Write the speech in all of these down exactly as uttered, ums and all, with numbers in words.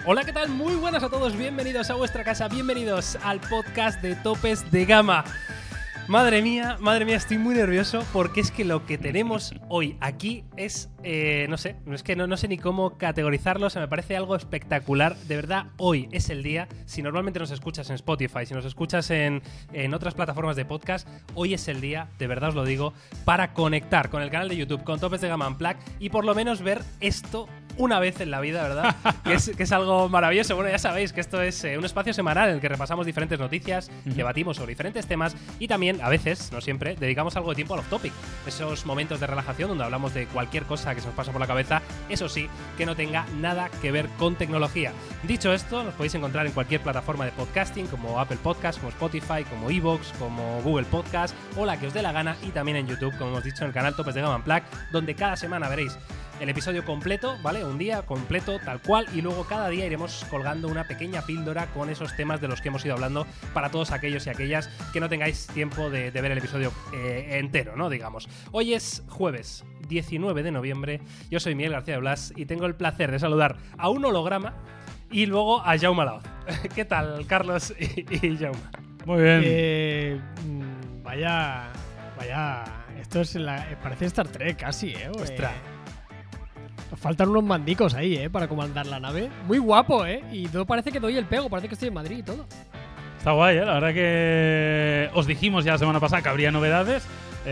Hola, ¿qué tal? Muy buenas a todos, bienvenidos a vuestra casa, bienvenidos al podcast de Topes de Gama. Madre mía, madre mía, estoy muy nervioso porque es que lo que tenemos hoy aquí es, eh, no sé, es que no, no sé ni cómo categorizarlo, se me parece algo espectacular. De verdad, hoy es el día, si normalmente nos escuchas en Spotify, si nos escuchas en, en otras plataformas de podcast, hoy es el día, de verdad os lo digo, para conectar con el canal de YouTube, con Topes de Gama Unplugged y por lo menos ver esto una vez en la vida, ¿verdad? que, es, que es algo maravilloso. Bueno, ya sabéis que esto es eh, un espacio semanal en el que repasamos diferentes noticias, uh-huh. debatimos sobre diferentes temas y también, a veces, no siempre, dedicamos algo de tiempo al off-topic. Esos momentos de relajación donde hablamos de cualquier cosa que se nos pasa por la cabeza, eso sí, que no tenga nada que ver con tecnología. Dicho esto, nos podéis encontrar en cualquier plataforma de podcasting, como Apple Podcast, como Spotify, como iVoox, como Google Podcast o la que os dé la gana, y también en YouTube, como hemos dicho, en el canal Topes de Gama Unplugged, donde cada semana veréis el episodio completo, ¿vale? Un día completo, tal cual, y luego cada día iremos colgando una pequeña píldora con esos temas de los que hemos ido hablando para todos aquellos y aquellas que no tengáis tiempo de, de ver el episodio eh, entero, ¿no? Digamos. Hoy es jueves diecinueve de noviembre, yo soy Miguel García de Blas y tengo el placer de saludar a un holograma y luego a Jaume Laoz. ¿Qué tal, Carlos y, y Jaume? Muy bien. Eh, vaya, vaya, esto es la, parece Star Trek casi, ¿eh? Ostras. Faltan unos mandicos ahí, ¿eh? Para comandar la nave. Muy guapo, ¿eh? Y todo parece que doy el pego, parece que estoy en Madrid y todo. Está guay, ¿eh? La verdad que os dijimos ya la semana pasada que habría novedades.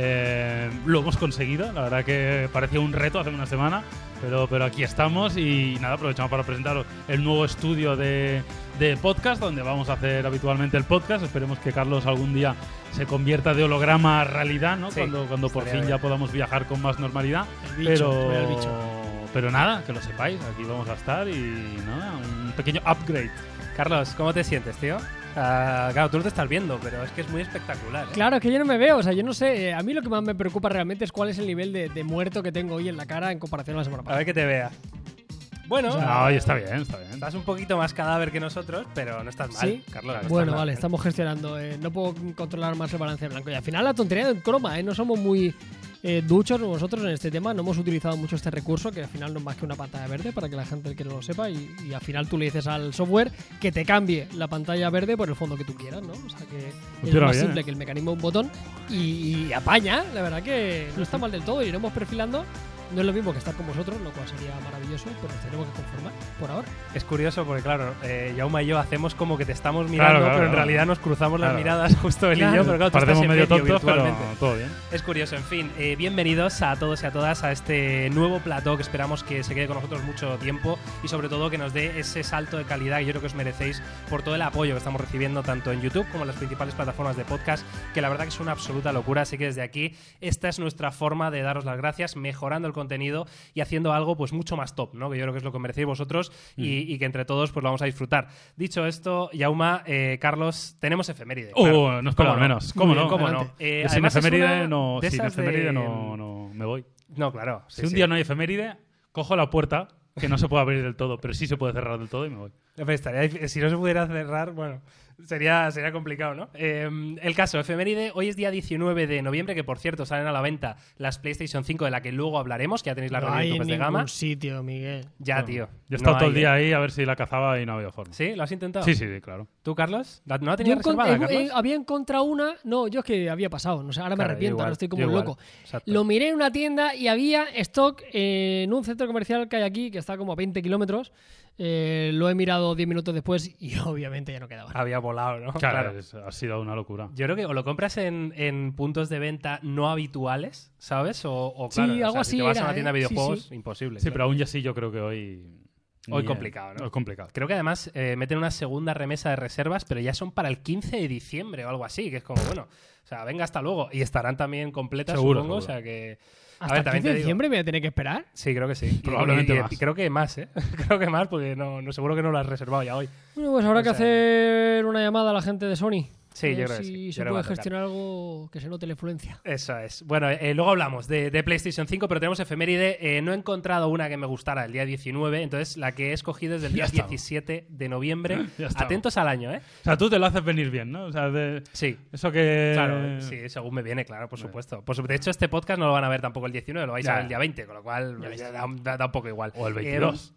Eh, lo hemos conseguido. La verdad que parecía un reto hace una semana. Pero, pero aquí estamos y nada, aprovechamos para presentaros el nuevo estudio de, de podcast donde vamos a hacer habitualmente el podcast. Esperemos que Carlos algún día se convierta de holograma a realidad, ¿no? Sí, cuando cuando por fin bien. ya podamos viajar con más normalidad. El bicho, pero, el bicho. pero nada, que lo sepáis, aquí vamos a estar y nada, un pequeño upgrade. Carlos, ¿cómo te sientes, tío? Uh, claro, tú no te estás viendo, pero es que es muy espectacular, ¿eh? Claro, es que yo no me veo, o sea, yo no sé. A mí lo que más me preocupa realmente es cuál es el nivel de, de muerto que tengo hoy en la cara en comparación a la semana A pasada. ver que te vea. Bueno, O sea, No, y está bien, está bien. estás un poquito más cadáver que nosotros, pero no estás mal, ¿Sí? Carlos. no estás Bueno, mal. vale, estamos gestionando. Eh, no puedo controlar más el balance blanco. Y al final la tontería del croma, ¿eh? No somos muy eh, duchos nosotros en este tema. No hemos utilizado mucho este recurso, que al final no es más que una pantalla verde, para que la gente que no lo sepa. Y, y al final tú le dices al software que te cambie la pantalla verde por el fondo que tú quieras, ¿no? O sea que Funciona es más bien, simple ¿eh? que el mecanismo de un botón y, y apaña. La verdad que no está mal del todo. Iremos perfilando. No es lo mismo que estar con vosotros, lo cual sería maravilloso, pero nos tenemos que conformar por ahora. Es curioso porque, claro, eh, Jaume y yo hacemos como que te estamos mirando, Claro, claro, pero en claro. realidad nos cruzamos Claro. las miradas justo él y yo, pero claro, tú estás Parecemos en medio medio tontos, pero virtualmente. todo bien. Es curioso, en fin, eh, bienvenidos a todos y a todas a este nuevo plató que esperamos que se quede con nosotros mucho tiempo y sobre todo que nos dé ese salto de calidad que yo creo que os merecéis por todo el apoyo que estamos recibiendo tanto en YouTube como en las principales plataformas de podcast, que la verdad que es una absoluta locura, así que desde aquí esta es nuestra forma de daros las gracias, mejorando el contenido y haciendo algo pues mucho más top, ¿no? Que yo creo que es lo que merecéis vosotros mm. y, y que entre todos pues lo vamos a disfrutar. Dicho esto, Jaume, eh, Carlos, tenemos efeméride. Oh, claro. no es como ¿Cómo menos. Muy ¿Cómo bien, no? ¿Cómo Adelante. no? Eh, Sin además es efeméride, una no, de sin esas efeméride de- no, no me voy. No, claro. Si sí, un sí. día no hay efeméride, cojo la puerta, que no se puede abrir del todo, pero sí se puede cerrar del todo y me voy. Pero estaría, si no se pudiera cerrar, bueno, sería, sería complicado, ¿no? Eh, el caso, efeméride, hoy es día diecinueve de noviembre, que por cierto salen a la venta las PlayStation cinco, de la que luego hablaremos, que ya tenéis la No review hay de en Topes de ningún Gama. sitio, Miguel. Ya, No. tío. Yo he estado No todo el hay, día ¿eh? ahí a ver si la cazaba y no había forma. ¿Sí? ¿Lo has intentado? Sí, sí, claro. ¿Tú, Carlos? ¿La- ¿No la Yo tenías encon- reservada, eh, Carlos? eh, había encontrado una. No, yo es que había pasado. No sé, ahora me Claro, yo arrepiento, igual, ahora estoy como yo un igual. loco. Exacto. Lo miré en una tienda y había stock en un centro comercial que hay aquí, que está como a veinte kilómetros. Eh, lo he mirado diez minutos después y obviamente ya no quedaba. Había volado, ¿no? Claro, es- ha sido una locura. Yo creo que o lo compras en, en puntos de venta no habituales, ¿sabes? O, o Sí, claro, o sea, algo si así te vas a era, una tienda de ¿eh? Sí, videojuegos, sí. imposible. Sí, claro. pero aún así yo creo que hoy... Hoy ni- complicado, ¿no? Hoy complicado. Creo que además eh, meten una segunda remesa de reservas, pero ya son para el quince de diciembre o algo así, que es como, bueno, o sea, venga hasta luego. Y estarán también completas, Seguro, supongo, seguro. o sea que... A ¿Hasta ver, el también quince te de digo- diciembre me voy a tener que esperar? Sí, creo que sí. Y- Probablemente y- y- más. y creo que más, ¿eh? creo que más, porque no, no seguro que no lo has reservado ya hoy. Bueno, pues habrá O que sea- hacer una llamada a la gente de Sony. Sí, A yo ver creo que si sí. se Yo creo que va puede a tocar. gestionar algo que se note la influencia. Eso es. Bueno, eh, luego hablamos de, de PlayStation cinco, pero tenemos efeméride. Eh, no he encontrado una que me gustara el día diecinueve, entonces la que he escogido es del día Ya estamos. diecisiete de noviembre. Ya estamos. Atentos al año, ¿eh? O sea, tú te lo haces venir bien, ¿no? O sea, de... Sí. Eso que... Claro, sí, según me viene, claro, por Vale. supuesto. Pues, de hecho, este podcast no lo van a ver tampoco el diecinueve, lo vais a Ya. ver el día veinte, con lo cual Ya ya está. da, da- da un poco igual. O el Eh, veintidós.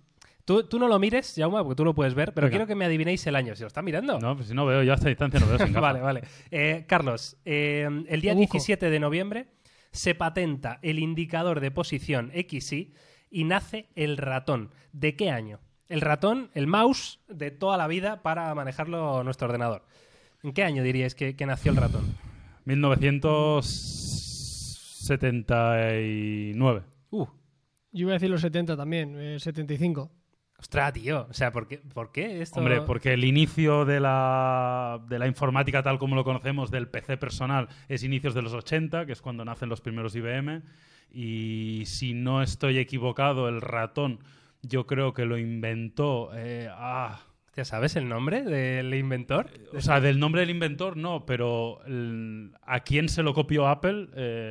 Tú, tú no lo mires, Jaume, porque tú lo puedes ver, pero Venga. quiero que me adivinéis el año. Si lo están mirando. No, pues si no veo, yo a esta distancia no veo sin gafas. Vale, vale. Eh, Carlos, eh, el día Lo busco. diecisiete de noviembre se patenta el indicador de posición X Y y nace el ratón. ¿De qué año? El ratón, el mouse de toda la vida para manejarlo nuestro ordenador. ¿En qué año diríais que, que nació el ratón? mil novecientos setenta y nueve. Uh, Yo iba a decir los setenta también, eh, setenta y cinco. ostras, tío. O sea, ¿por qué, ¿por qué esto? Hombre, porque el inicio de la, de la informática tal como lo conocemos, del P C personal, es inicios de los ochenta, que es cuando nacen los primeros I B M. Y si no estoy equivocado, el ratón yo creo que lo inventó... Eh, ah, ¿Ya sabes el nombre del inventor? o sea, del nombre del inventor no, pero el- a quién se lo copió Apple,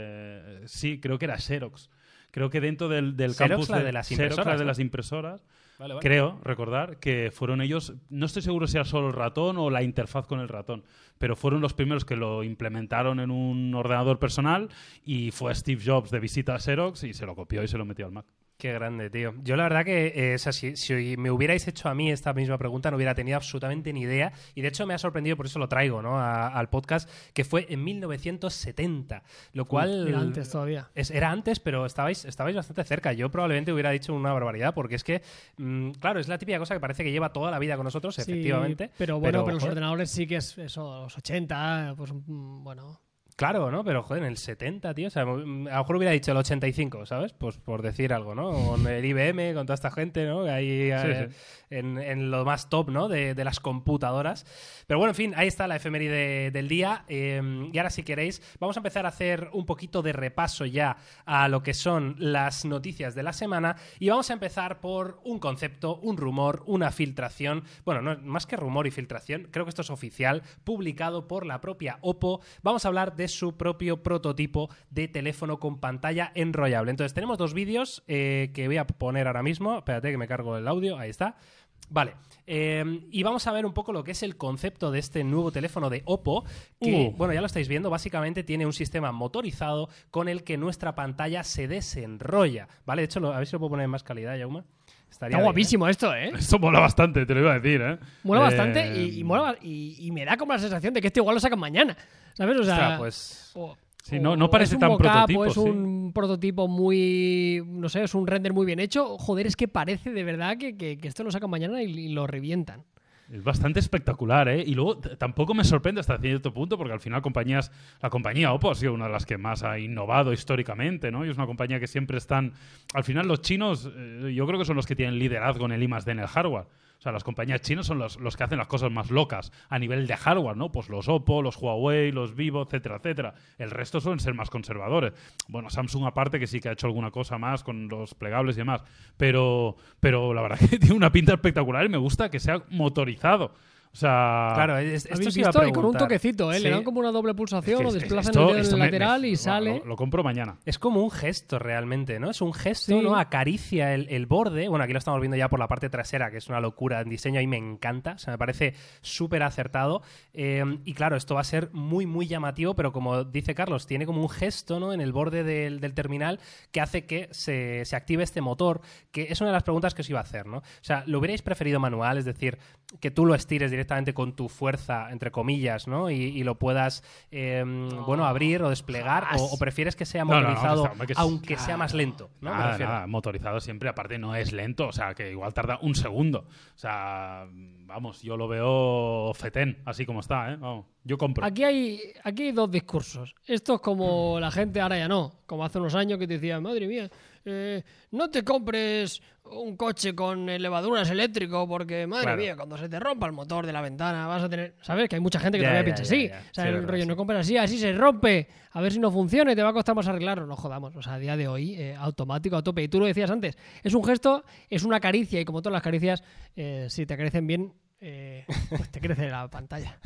eh, sí, creo que era Xerox. Creo que dentro del, del Xerox, campus la de las Xerox, impresoras, la de ¿no? las impresoras, Vale, vale. creo recordar que fueron ellos, no estoy seguro si era solo el ratón o la interfaz con el ratón, pero fueron los primeros que lo implementaron en un ordenador personal y fue Steve Jobs de visita a Xerox y se lo copió y se lo metió al Mac. Qué grande, tío. Yo la verdad que eh, o sea, si, si me hubierais hecho a mí esta misma pregunta no hubiera tenido absolutamente ni idea y de hecho me ha sorprendido, por eso lo traigo, ¿no? a- al podcast, que fue en mil novecientos setenta, lo cual... Era antes todavía. Es- era antes, pero estabais, estabais bastante cerca. Yo probablemente hubiera dicho una barbaridad porque es que, mm, claro, es la típica cosa que parece que lleva toda la vida con nosotros, Sí, efectivamente. Pero bueno, pero, los joder, ordenadores sí que es eso, los ochenta, pues mm, bueno. claro, ¿no? Pero, joder, en el setenta, tío. O sea, mm, a lo mejor hubiera dicho el ochenta y cinco, ¿sabes? Pues por decir algo, ¿no? Con el I B M, con toda esta gente, ¿no? Que Ahí eh, sí. En, en lo más top, ¿no? De, de las computadoras. Pero bueno, en fin, ahí está la efeméride del día. Eh, y ahora, si queréis, vamos a empezar a hacer un poquito de repaso ya a lo que son las noticias de la semana. Y vamos a empezar por un concepto, un rumor, una filtración. Bueno, no, más que rumor y filtración, creo que esto es oficial, publicado por la propia Oppo. Vamos a hablar de su propio prototipo de teléfono con pantalla enrollable. Entonces, tenemos dos vídeos eh, que voy a poner ahora mismo. Espérate que me cargo el audio. Ahí está. Vale, eh, y vamos a ver un poco lo que es el concepto de este nuevo teléfono de Oppo, que, Uh. bueno, ya lo estáis viendo, básicamente tiene un sistema motorizado con el que nuestra pantalla se desenrolla, ¿vale? De hecho, lo, a ver si lo puedo poner en más calidad, Jaume. Estaría Está bien, guapísimo esto, ¿eh? Esto mola bastante, te lo iba a decir, ¿eh? Mola Eh, bastante y, y mola y, y me da como la sensación de que este igual lo sacan mañana, ¿sabes? O sea, Ostras, pues... o- Sí, o no- no parece es un tan mockup, prototipo, o es sí. un prototipo muy, no sé, es un render muy bien hecho. Joder, es que parece de verdad que, que- que esto lo sacan mañana y, y lo revientan. Es bastante espectacular, ¿eh? Y luego t- tampoco me sorprende hasta cierto punto, porque al final compañías, la compañía Oppo ha sido una de las que más ha innovado históricamente, ¿no? Y es una compañía que siempre están... Al final los chinos, eh, yo creo que son los que tienen liderazgo en el I más D en el hardware. O sea, las compañías chinas son los, los que hacen las cosas más locas a nivel de hardware, ¿no? Pues los Oppo, los Huawei, los Vivo, etcétera, etcétera. El resto suelen ser más conservadores. Bueno, Samsung aparte que sí que ha hecho alguna cosa más con los plegables y demás. Pero, pero la verdad que tiene una pinta espectacular y me gusta que sea motorizado. O sea... Claro, es- esto Habéis se iba a visto y con un preguntar. toquecito, ¿eh? Le Sí. dan como una doble pulsación, Es lo que- es- desplazan esto- el dedo en esto el me- lateral me- y lo- sale. Lo, lo compro mañana. Es como un gesto realmente, ¿no? Es un gesto, Sí. ¿no? Acaricia el, el borde. Bueno, aquí lo estamos viendo ya por la parte trasera, que es una locura en diseño y me encanta. O sea, me parece súper acertado. Eh, y claro, esto va a ser muy, muy llamativo, pero como dice Carlos, tiene como un gesto, ¿no? En el borde del, del terminal que hace que se, se active este motor, que es una de las preguntas que os iba a hacer, ¿no? O sea, ¿lo hubierais preferido manual? Es decir, que tú lo estires directamente con tu fuerza, entre comillas, ¿no? Y, y lo puedas, eh, bueno, abrir o desplegar, o, o prefieres que sea No, no, no, motorizado, que está- que es- aunque sea más lento, ¿no? Me Nada, refiero. nada, motorizado siempre, aparte no es lento, o sea, que igual tarda un segundo. O sea, vamos, yo lo veo fetén, así como está, ¿eh? Vamos, yo compro. Aquí hay, aquí hay dos discursos. Esto es como la gente ahora ya no, como hace unos años que te decía, madre mía, eh, no te compres un coche con levaduras eléctrico porque, madre Claro. mía, cuando se te rompa el motor de la ventana vas a tener... ¿Sabes? Que hay mucha gente que Ya, todavía ya, piensa ya, así. ya. O sea, Sí, el verdad, rollo, sí. no compras así, así se rompe, a ver si no funciona y te va a costar más arreglarlo. No jodamos. O sea, a día de hoy, eh, automático, a tope. Y tú lo decías antes, es un gesto, es una caricia y como todas las caricias, eh, si te acarician bien, eh, pues te crece la pantalla.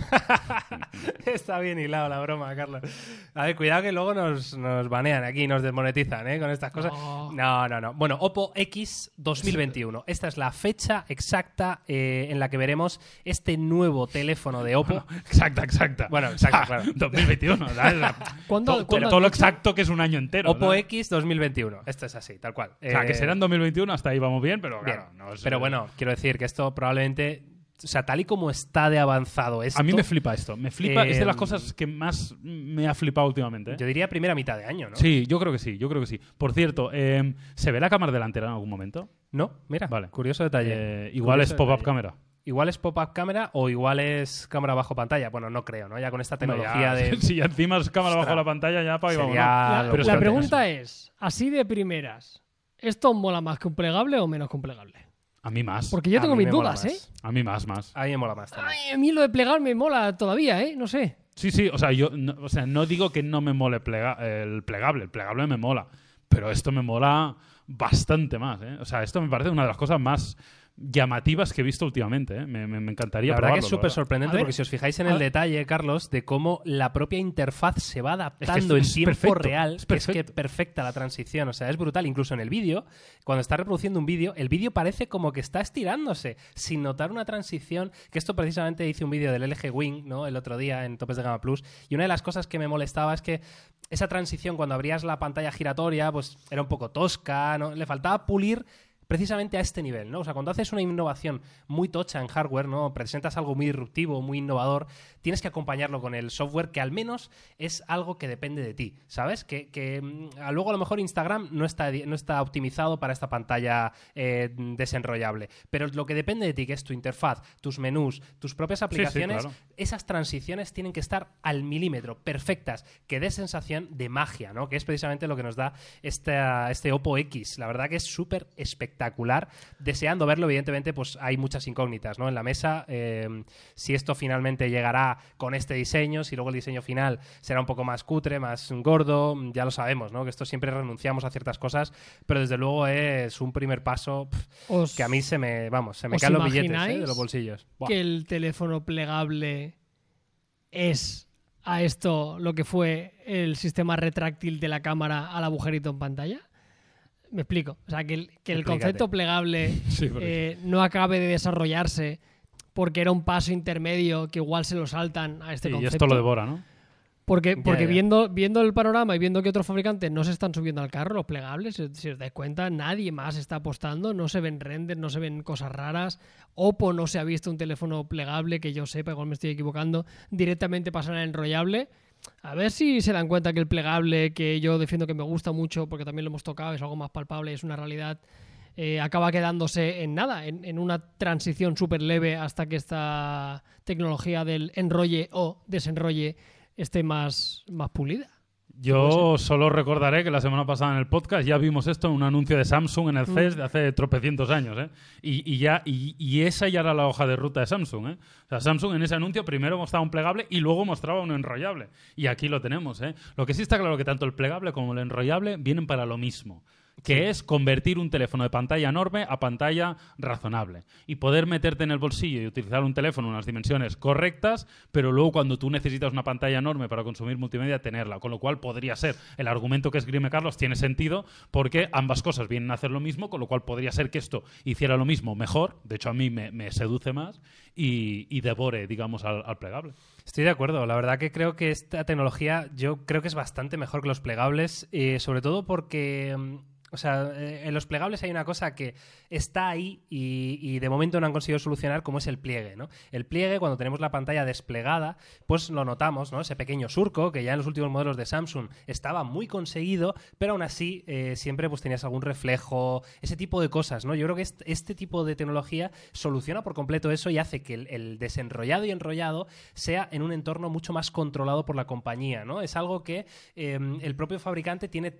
Está bien hilado la broma, Carlos. A ver, cuidado que luego nos, nos banean aquí, nos desmonetizan, ¿eh? Con estas cosas. No. No, no, no. Bueno, Oppo X dos mil veintiuno. Esta es la fecha exacta eh, en la que veremos este nuevo teléfono de Oppo. Exacta, exacta. Bueno, exacto, claro. dos mil veintiuno. ¿sabes? ¿Cuándo- todo, cuándo todo has lo dicho? exacto que es un año entero. Oppo ¿sabes? X dos mil veintiuno. Esto es así, tal cual. O sea, que Eh, será en dos mil veintiuno, hasta ahí vamos bien, pero bien. claro. No es- Pero bueno, quiero decir que esto probablemente... O sea, tal y como está de avanzado esto... A mí me flipa esto. Me flipa. Eh, es de las cosas que más me ha flipado últimamente. ¿eh? Yo diría primera mitad de año, ¿no? Sí, yo creo que sí, yo creo que sí. Por cierto, eh, ¿se ve la cámara delantera en algún momento? No, mira, Vale. curioso detalle. Eh, igual Curioso es pop-up detalle. cámara. Igual es pop-up cámara o igual es cámara bajo pantalla. Bueno, no creo, ¿no? Ya con esta Hombre, tecnología ya, de... Si ya encima es cámara Ostras. bajo la pantalla, ya pa' ahí vamos. Sería- ¿no? Ah, La, lo la buscamos. pregunta es, así de primeras, ¿esto mola más que un plegable o menos que un plegable? A mí más. Porque yo A tengo mí mis me mola dudas, más. ¿eh? A mí más, más. A mí me mola más también. Ay, a mí lo de plegar me mola todavía, ¿eh? No sé. Sí, sí, o sea, yo no, o sea, no digo que no me mole plega- el plegable, el plegable me mola, pero esto me mola bastante más, ¿eh? O sea, esto me parece una de las cosas más llamativas que he visto últimamente, ¿eh? Me, me- me encantaría La verdad que probarlo, es la súper verdad. sorprendente A ver, porque si os fijáis en a el ver. detalle, Carlos, de cómo la propia interfaz se va adaptando Es que en es tiempo perfecto, real, es que es que perfecto. perfecta la transición, o sea, es brutal. Incluso en el vídeo, cuando está reproduciendo un vídeo, el vídeo parece como que está estirándose, sin notar una transición, que esto precisamente hice un vídeo del L G Wing, ¿no? El otro día en Topes de Gama Plus, y una de las cosas que me molestaba es que esa transición, cuando abrías la pantalla giratoria, pues era un poco tosca, ¿no? Le faltaba pulir precisamente a este nivel, ¿no? O sea, cuando haces una innovación muy tocha en hardware, ¿no? Presentas algo muy disruptivo, muy innovador, tienes que acompañarlo con el software que al menos es algo que depende de ti, ¿sabes? Que, que mm, luego a lo mejor Instagram no está, no está optimizado para esta pantalla eh, desenrollable, pero lo que depende de ti, que es tu interfaz, tus menús, tus propias sí, aplicaciones, claro. esas transiciones tienen que estar al milímetro, perfectas, que dé sensación de magia, ¿no? Que es precisamente lo que nos da esta, este Oppo X. La verdad que es súper espectacular. Deseando verlo, evidentemente, pues hay muchas incógnitas, ¿no? En la mesa, eh, si esto finalmente llegará con este diseño, si luego el diseño final será un poco más cutre, más gordo, ya lo sabemos, ¿no? Que esto siempre renunciamos a ciertas cosas, pero desde luego es un primer paso pff, Os, que a mí se me, vamos, se me ¿Os caen los billetes, ¿eh? imagináis De los bolsillos. Buah. que el teléfono plegable es a esto lo que fue el sistema retráctil de la cámara al agujerito en pantalla? Me explico. O sea, que el, que el Explícate. concepto plegable Sí, porque- eh, no acabe de desarrollarse porque era un paso intermedio que igual se lo saltan a este Sí, y concepto. esto lo devora, ¿no? Porque, Ya, porque ya. Viendo, viendo el panorama y viendo que otros fabricantes no se están subiendo al carro, los plegables, si, si os dais cuenta, nadie más está apostando, no se ven renders, no se ven cosas raras. Oppo no se ha visto un teléfono plegable, que yo sepa, igual me estoy equivocando, directamente pasan al enrollable. A ver si se dan cuenta que el plegable, que yo defiendo que me gusta mucho, porque también lo hemos tocado, es algo más palpable, es una realidad, eh, acaba quedándose en nada, en, en una transición súper leve hasta que esta tecnología del enrolle o desenrolle esté más, más pulida. Yo solo recordaré que la semana pasada en el podcast ya vimos esto en un anuncio de Samsung en el C E S de hace tropecientos años, ¿eh? Y, y ya, y, y esa ya era la hoja de ruta de Samsung, ¿eh? O sea, Samsung en ese anuncio primero mostraba un plegable y luego mostraba un enrollable. Y aquí lo tenemos, ¿eh? Lo que sí está claro que tanto el plegable como el enrollable vienen para lo mismo, que Sí. es convertir un teléfono de pantalla enorme a pantalla razonable y poder meterte en el bolsillo y utilizar un teléfono en unas dimensiones correctas, pero luego cuando tú necesitas una pantalla enorme para consumir multimedia, tenerla. Con lo cual podría ser, el argumento que esgrime Carlos tiene sentido porque ambas cosas vienen a hacer lo mismo, con lo cual podría ser que esto hiciera lo mismo mejor, de hecho a mí me, me seduce más y, y devore, digamos, al, al plegable. Estoy de acuerdo. La verdad que creo que esta tecnología yo creo que es bastante mejor que los plegables, eh, sobre todo porque... mm, O sea, eh, en los plegables hay una cosa que está ahí y, y de momento no han conseguido solucionar, como es el pliegue, ¿no? El pliegue, cuando tenemos la pantalla desplegada, pues lo notamos, ¿no? Ese pequeño surco que ya en los últimos modelos de Samsung estaba muy conseguido, pero aún así eh, siempre pues tenías algún reflejo, ese tipo de cosas, ¿no? Yo creo que este, este tipo de tecnología soluciona por completo eso y hace que el, el desenrollado y enrollado sea en un entorno mucho más controlado por la compañía, ¿no? Es algo que eh, el propio fabricante tiene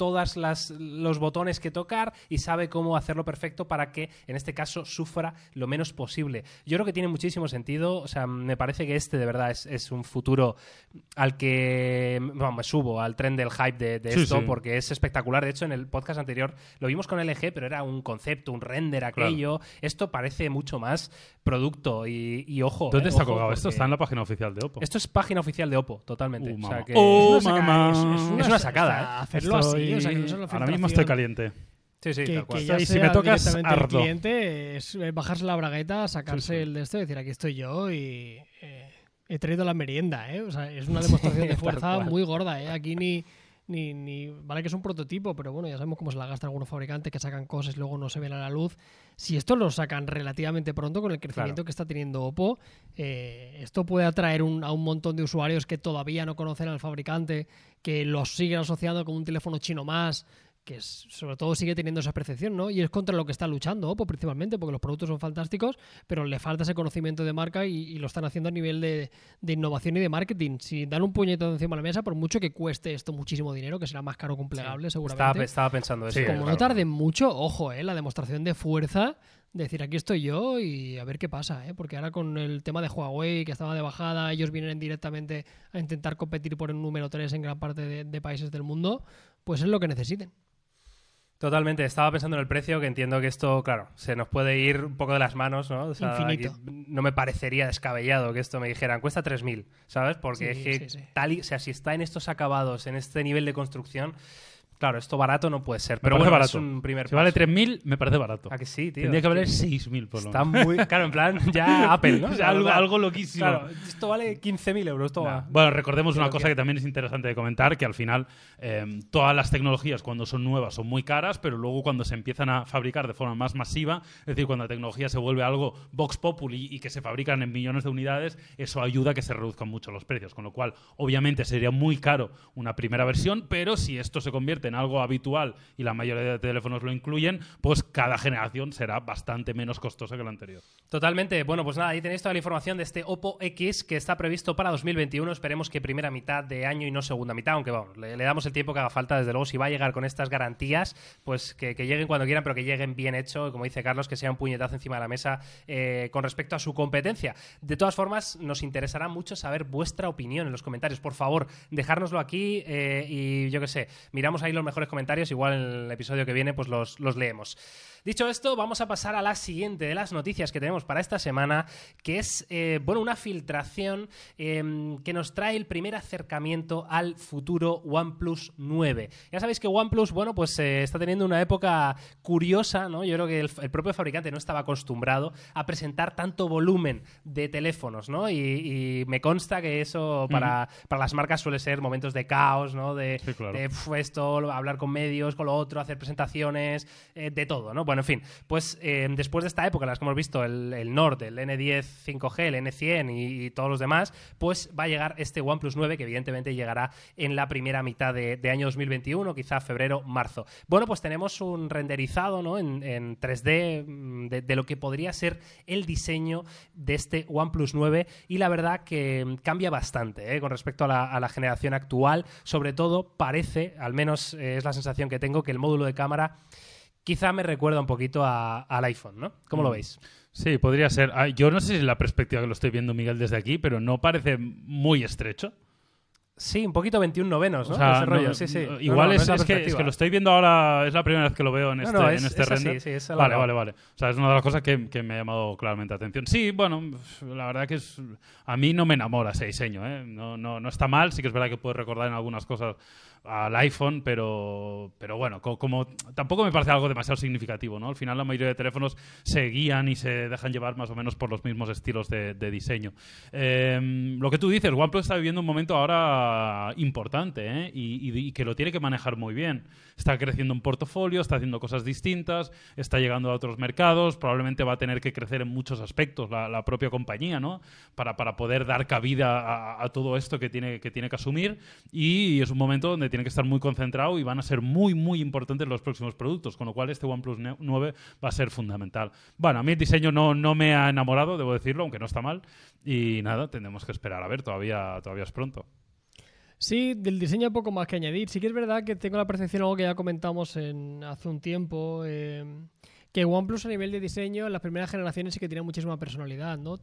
todos los botones que tocar y sabe cómo hacerlo perfecto para que, en este caso, sufra lo menos posible. Yo creo que tiene muchísimo sentido. O sea, me parece que este de verdad es, es un futuro al que bueno, me subo al tren del hype de, de sí, esto sí. porque es espectacular. De hecho, en el podcast anterior lo vimos con L G, pero era un concepto, un render aquello. Claro. Esto parece mucho más producto y, y ojo. ¿Dónde eh, está ojo, colgado? Esto porque... está en la página oficial de Oppo. Esto es página oficial de Oppo, totalmente. Uh, o sea que... ¡Oh, es una sacada, mamá! es, es una, Es una sacada, ¿eh? Hacerlo Estoy... así, o sea, que no es una Ahora mismo estoy caliente. Sí, sí, que, tal cual. que ya Y sea si me tocas, directamente el ardo. cliente es bajarse la bragueta, sacarse Sí, sí. el de esto y decir aquí estoy yo y eh, he traído la merienda, ¿eh? O sea, es una demostración de fuerza muy gorda, ¿eh? Aquí ni, ni, ni... Vale que es un prototipo, pero bueno, ya sabemos cómo se la gastan algunos fabricantes que sacan cosas y luego no se ven a la luz. Si esto lo sacan relativamente pronto con el crecimiento Claro. que está teniendo Oppo, eh, esto puede atraer un, a un montón de usuarios que todavía no conocen al fabricante, que los siguen asociando con un teléfono chino más, que es, sobre todo sigue teniendo esa percepción, ¿no? Y es contra lo que está luchando Oppo principalmente, porque los productos son fantásticos, pero le falta ese conocimiento de marca y, y lo están haciendo a nivel de, de innovación y de marketing. Si dan un puñetazo encima de la mesa, por mucho que cueste esto muchísimo dinero, que será más caro que un plegable, Sí. seguramente. Estaba, estaba pensando eso. Sí, Como claro. no tarden mucho, ojo, ¿eh? La demostración de fuerza, de decir aquí estoy yo y a ver qué pasa, ¿eh? Porque ahora con el tema de Huawei, que estaba de bajada, ellos vienen directamente a intentar competir por el número tres en gran parte de, de países del mundo, pues es lo que necesiten. Totalmente, estaba pensando en el precio, que entiendo que esto, claro, se nos puede ir un poco de las manos, ¿no? O sea, Infinito. aquí no me parecería descabellado que esto me dijeran, cuesta tres mil, ¿sabes? Porque Sí, es que sí, sí. tal y, o sea, si está en estos acabados, en este nivel de construcción, claro, esto barato no puede ser. Me Pero parece bueno, barato. es un primer Si vale paso. tres mil, me parece barato. ¿A que sí, tío? Tendría Es que valer que seis mil por lo Está menos. muy... Claro, en plan, ya Apple, ¿no? O sea, algo, algo loquísimo. Claro, esto vale quince mil euros, toma. Nah. Bueno, recordemos una Creo cosa que- que también es interesante de comentar, que al final eh, todas las tecnologías cuando son nuevas son muy caras, pero luego cuando se empiezan a fabricar de forma más masiva, es decir, cuando la tecnología se vuelve algo vox populi y que se fabrican en millones de unidades, eso ayuda a que se reduzcan mucho los precios, con lo cual obviamente sería muy caro una primera versión, pero si esto se convierte en algo habitual y la mayoría de teléfonos lo incluyen, pues cada generación será bastante menos costosa que la anterior. Totalmente. Bueno, pues nada, ahí tenéis toda la información de este Oppo X que está previsto para dos mil veintiuno. Esperemos que primera mitad de año y no segunda mitad, aunque vamos, le, le damos el tiempo que haga falta. Desde luego, si va a llegar con estas garantías, pues que, que lleguen cuando quieran, pero que lleguen bien hecho. Como dice Carlos, que sea un puñetazo encima de la mesa eh, con respecto a su competencia. De todas formas, nos interesará mucho saber vuestra opinión en los comentarios. Por favor, dejárnoslo aquí eh, y yo qué sé, miramos ahí los mejores comentarios. Igual en el episodio que viene pues los, los leemos. Dicho esto, vamos a pasar a la siguiente de las noticias que tenemos para esta semana, que es eh, bueno, una filtración eh, que nos trae el primer acercamiento al futuro OnePlus nueve. Ya sabéis que OnePlus, bueno, pues eh, está teniendo una época curiosa, ¿no? Yo creo que el, el propio fabricante no estaba acostumbrado a presentar tanto volumen de teléfonos, ¿no? Y, y me consta que eso para, uh-huh. para las marcas suele ser momentos de caos, ¿no? De, sí, claro. de pf, esto, hablar con medios, con lo otro, hacer presentaciones, eh, de todo, ¿no? Bueno, en fin, pues eh, después de esta época en las que hemos visto el, el Nord, el N diez cinco G, el N cien y, y todos los demás, pues va a llegar este OnePlus nueve que evidentemente llegará en la primera mitad de, de año dos mil veintiuno, quizá febrero, marzo. Bueno, pues tenemos un renderizado, ¿no? en, en tres D de, de lo que podría ser el diseño de este OnePlus nueve y la verdad que cambia bastante ¿eh? con respecto a la, a la generación actual. Sobre todo parece, al menos eh, es la sensación que tengo, que el módulo de cámara quizá me recuerda un poquito a, al iPhone, ¿no? ¿Cómo mm. lo veis? Sí, podría ser. Yo no sé si es la perspectiva que lo estoy viendo, Miguel, desde aquí, pero no parece muy estrecho. Sí, un poquito veintiún novenos, ¿no? O sea, Ese rollo, no, sí, sí. Igual no, no, es, no es, que, es que lo estoy viendo ahora, es la primera vez que lo veo en este, no, no, es, en este es render. Así, sí, es vale, vale, vale. O sea, es una de las cosas que, que me ha llamado claramente la atención. Sí, bueno, la verdad que es, a mí no me enamora ese diseño, ¿eh? No, no, no está mal, sí que es verdad que puede recordar en algunas cosas al iPhone, pero, pero bueno, como, como tampoco me parece algo demasiado significativo, ¿no? Al final la mayoría de teléfonos se guían y se dejan llevar más o menos por los mismos estilos de, de diseño. Eh, lo que tú dices, OnePlus está viviendo un momento ahora importante, ¿eh? y, y, y que lo tiene que manejar muy bien. Está creciendo un portafolio, está haciendo cosas distintas, está llegando a otros mercados, probablemente va a tener que crecer en muchos aspectos la, la propia compañía, ¿no? Para, para poder dar cabida a, a todo esto que tiene, que tiene que asumir, y es un momento donde tiene que estar muy concentrado y van a ser muy, muy importantes los próximos productos, con lo cual este OnePlus nueve va a ser fundamental. Bueno, a mí el diseño no, no me ha enamorado, debo decirlo, aunque no está mal, y nada, tendremos que esperar a ver, todavía, todavía es pronto. Sí, del diseño hay poco más que añadir. Sí que es verdad que tengo la percepción, algo que ya comentamos en, hace un tiempo, eh, que OnePlus a nivel de diseño en las primeras generaciones sí que tenía muchísima personalidad, ¿no?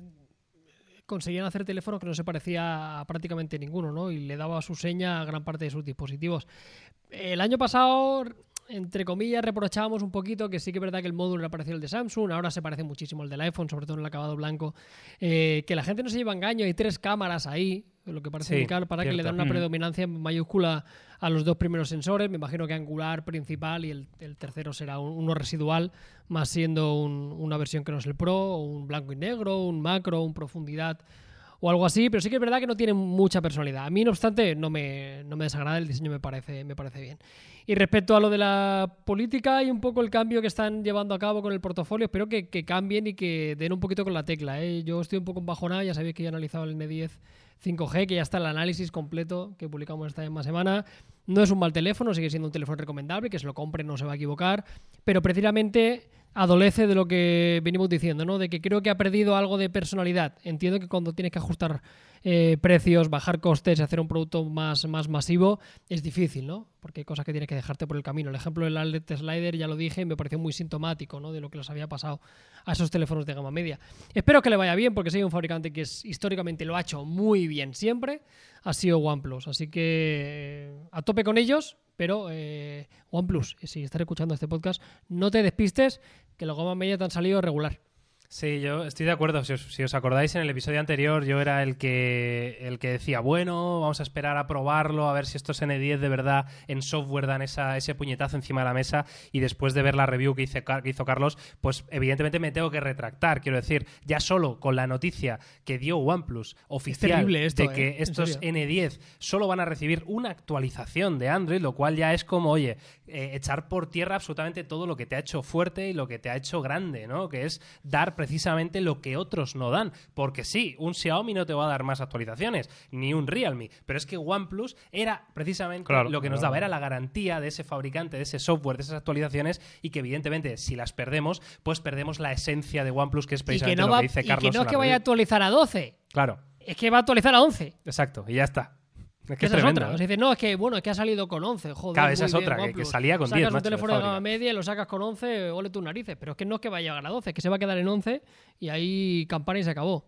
Conseguían hacer teléfonos que no se parecía a prácticamente ninguno, ¿no? Y le daba su seña a gran parte de sus dispositivos. El año pasado, entre comillas, reprochábamos un poquito que sí que es verdad que el módulo era parecido al de Samsung, ahora se parece muchísimo al del iPhone, sobre todo en el acabado blanco. Eh, que la gente no se lleva engaño, hay tres cámaras ahí, lo que parece Sí, indicar para cierto. que le dan una Mm. predominancia mayúscula a los dos primeros sensores. Me imagino que angular principal y el, el tercero será un, uno residual, más siendo un, una versión que no es el Pro, o un blanco y negro, un macro, un profundidad o algo así, pero sí que es verdad que no tiene mucha personalidad. A mí, no obstante, no me, no me desagrada, el diseño me parece, me parece bien. Y respecto a lo de la política y un poco el cambio que están llevando a cabo con el portafolio, espero que, que cambien y que den un poquito con la tecla, ¿eh? Yo estoy un poco embajonado, ya sabéis que ya he analizado el N diez cinco G, que ya está el análisis completo que publicamos esta misma semana. No es un mal teléfono, sigue siendo un teléfono recomendable, que se lo compre no se va a equivocar, pero precisamente adolece de lo que venimos diciendo, ¿no? De que creo que ha perdido algo de personalidad. Entiendo que cuando tienes que ajustar eh, precios, bajar costes y hacer un producto más, más masivo es difícil, ¿no? Porque hay cosas que tienes que dejarte por el camino. El ejemplo del L E D Slider, ya lo dije, y me pareció muy sintomático, ¿no? De lo que les había pasado a esos teléfonos de gama media. Espero que le vaya bien, porque soy un fabricante que es, históricamente lo ha hecho muy bien siempre, ha sido OnePlus. Así que eh, a tope con ellos, pero eh, OnePlus, si estás escuchando este podcast, no te despistes, que los gama media te han salido regular. Sí, yo estoy de acuerdo. Si os, si os acordáis, en el episodio anterior yo era el que el que decía, bueno, vamos a esperar a probarlo, a ver si estos N diez de verdad en software dan esa, ese puñetazo encima de la mesa, y después de ver la review que, hice, que hizo Carlos, pues evidentemente me tengo que retractar. Quiero decir, ya solo con la noticia que dio OnePlus oficial terrible esto, de que ¿eh? estos N diez solo van a recibir una actualización de Android, lo cual ya es como, oye, eh, echar por tierra absolutamente todo lo que te ha hecho fuerte y lo que te ha hecho grande, ¿no? Que es dar precisamente lo que otros no dan. Porque sí, un Xiaomi no te va a dar más actualizaciones, ni un Realme, pero es que OnePlus era precisamente Claro, lo que nos claro. daba, era la garantía de ese fabricante, de ese software, de esas actualizaciones, y que evidentemente si las perdemos, pues perdemos la esencia de OnePlus, que es Y que precisamente no, lo va, que dice y Carlos. que no en es la que vaya a review. actualizar a doce, Claro, es que va a actualizar a once. exacto, y ya está. Es que Que es esa es tremendo, otra. ¿eh? O sea, dice, no, es que bueno, es que ha salido con once. Joder, Claro, esa muy es bien, otra, que- que OnePlus. salía con Sacas diez, un macho, de teléfono de gama fábrica. media y lo sacas con once, ole tus narices. Pero es que no es que vaya a llegar a doce, es que se va a quedar en once y ahí campana y se acabó.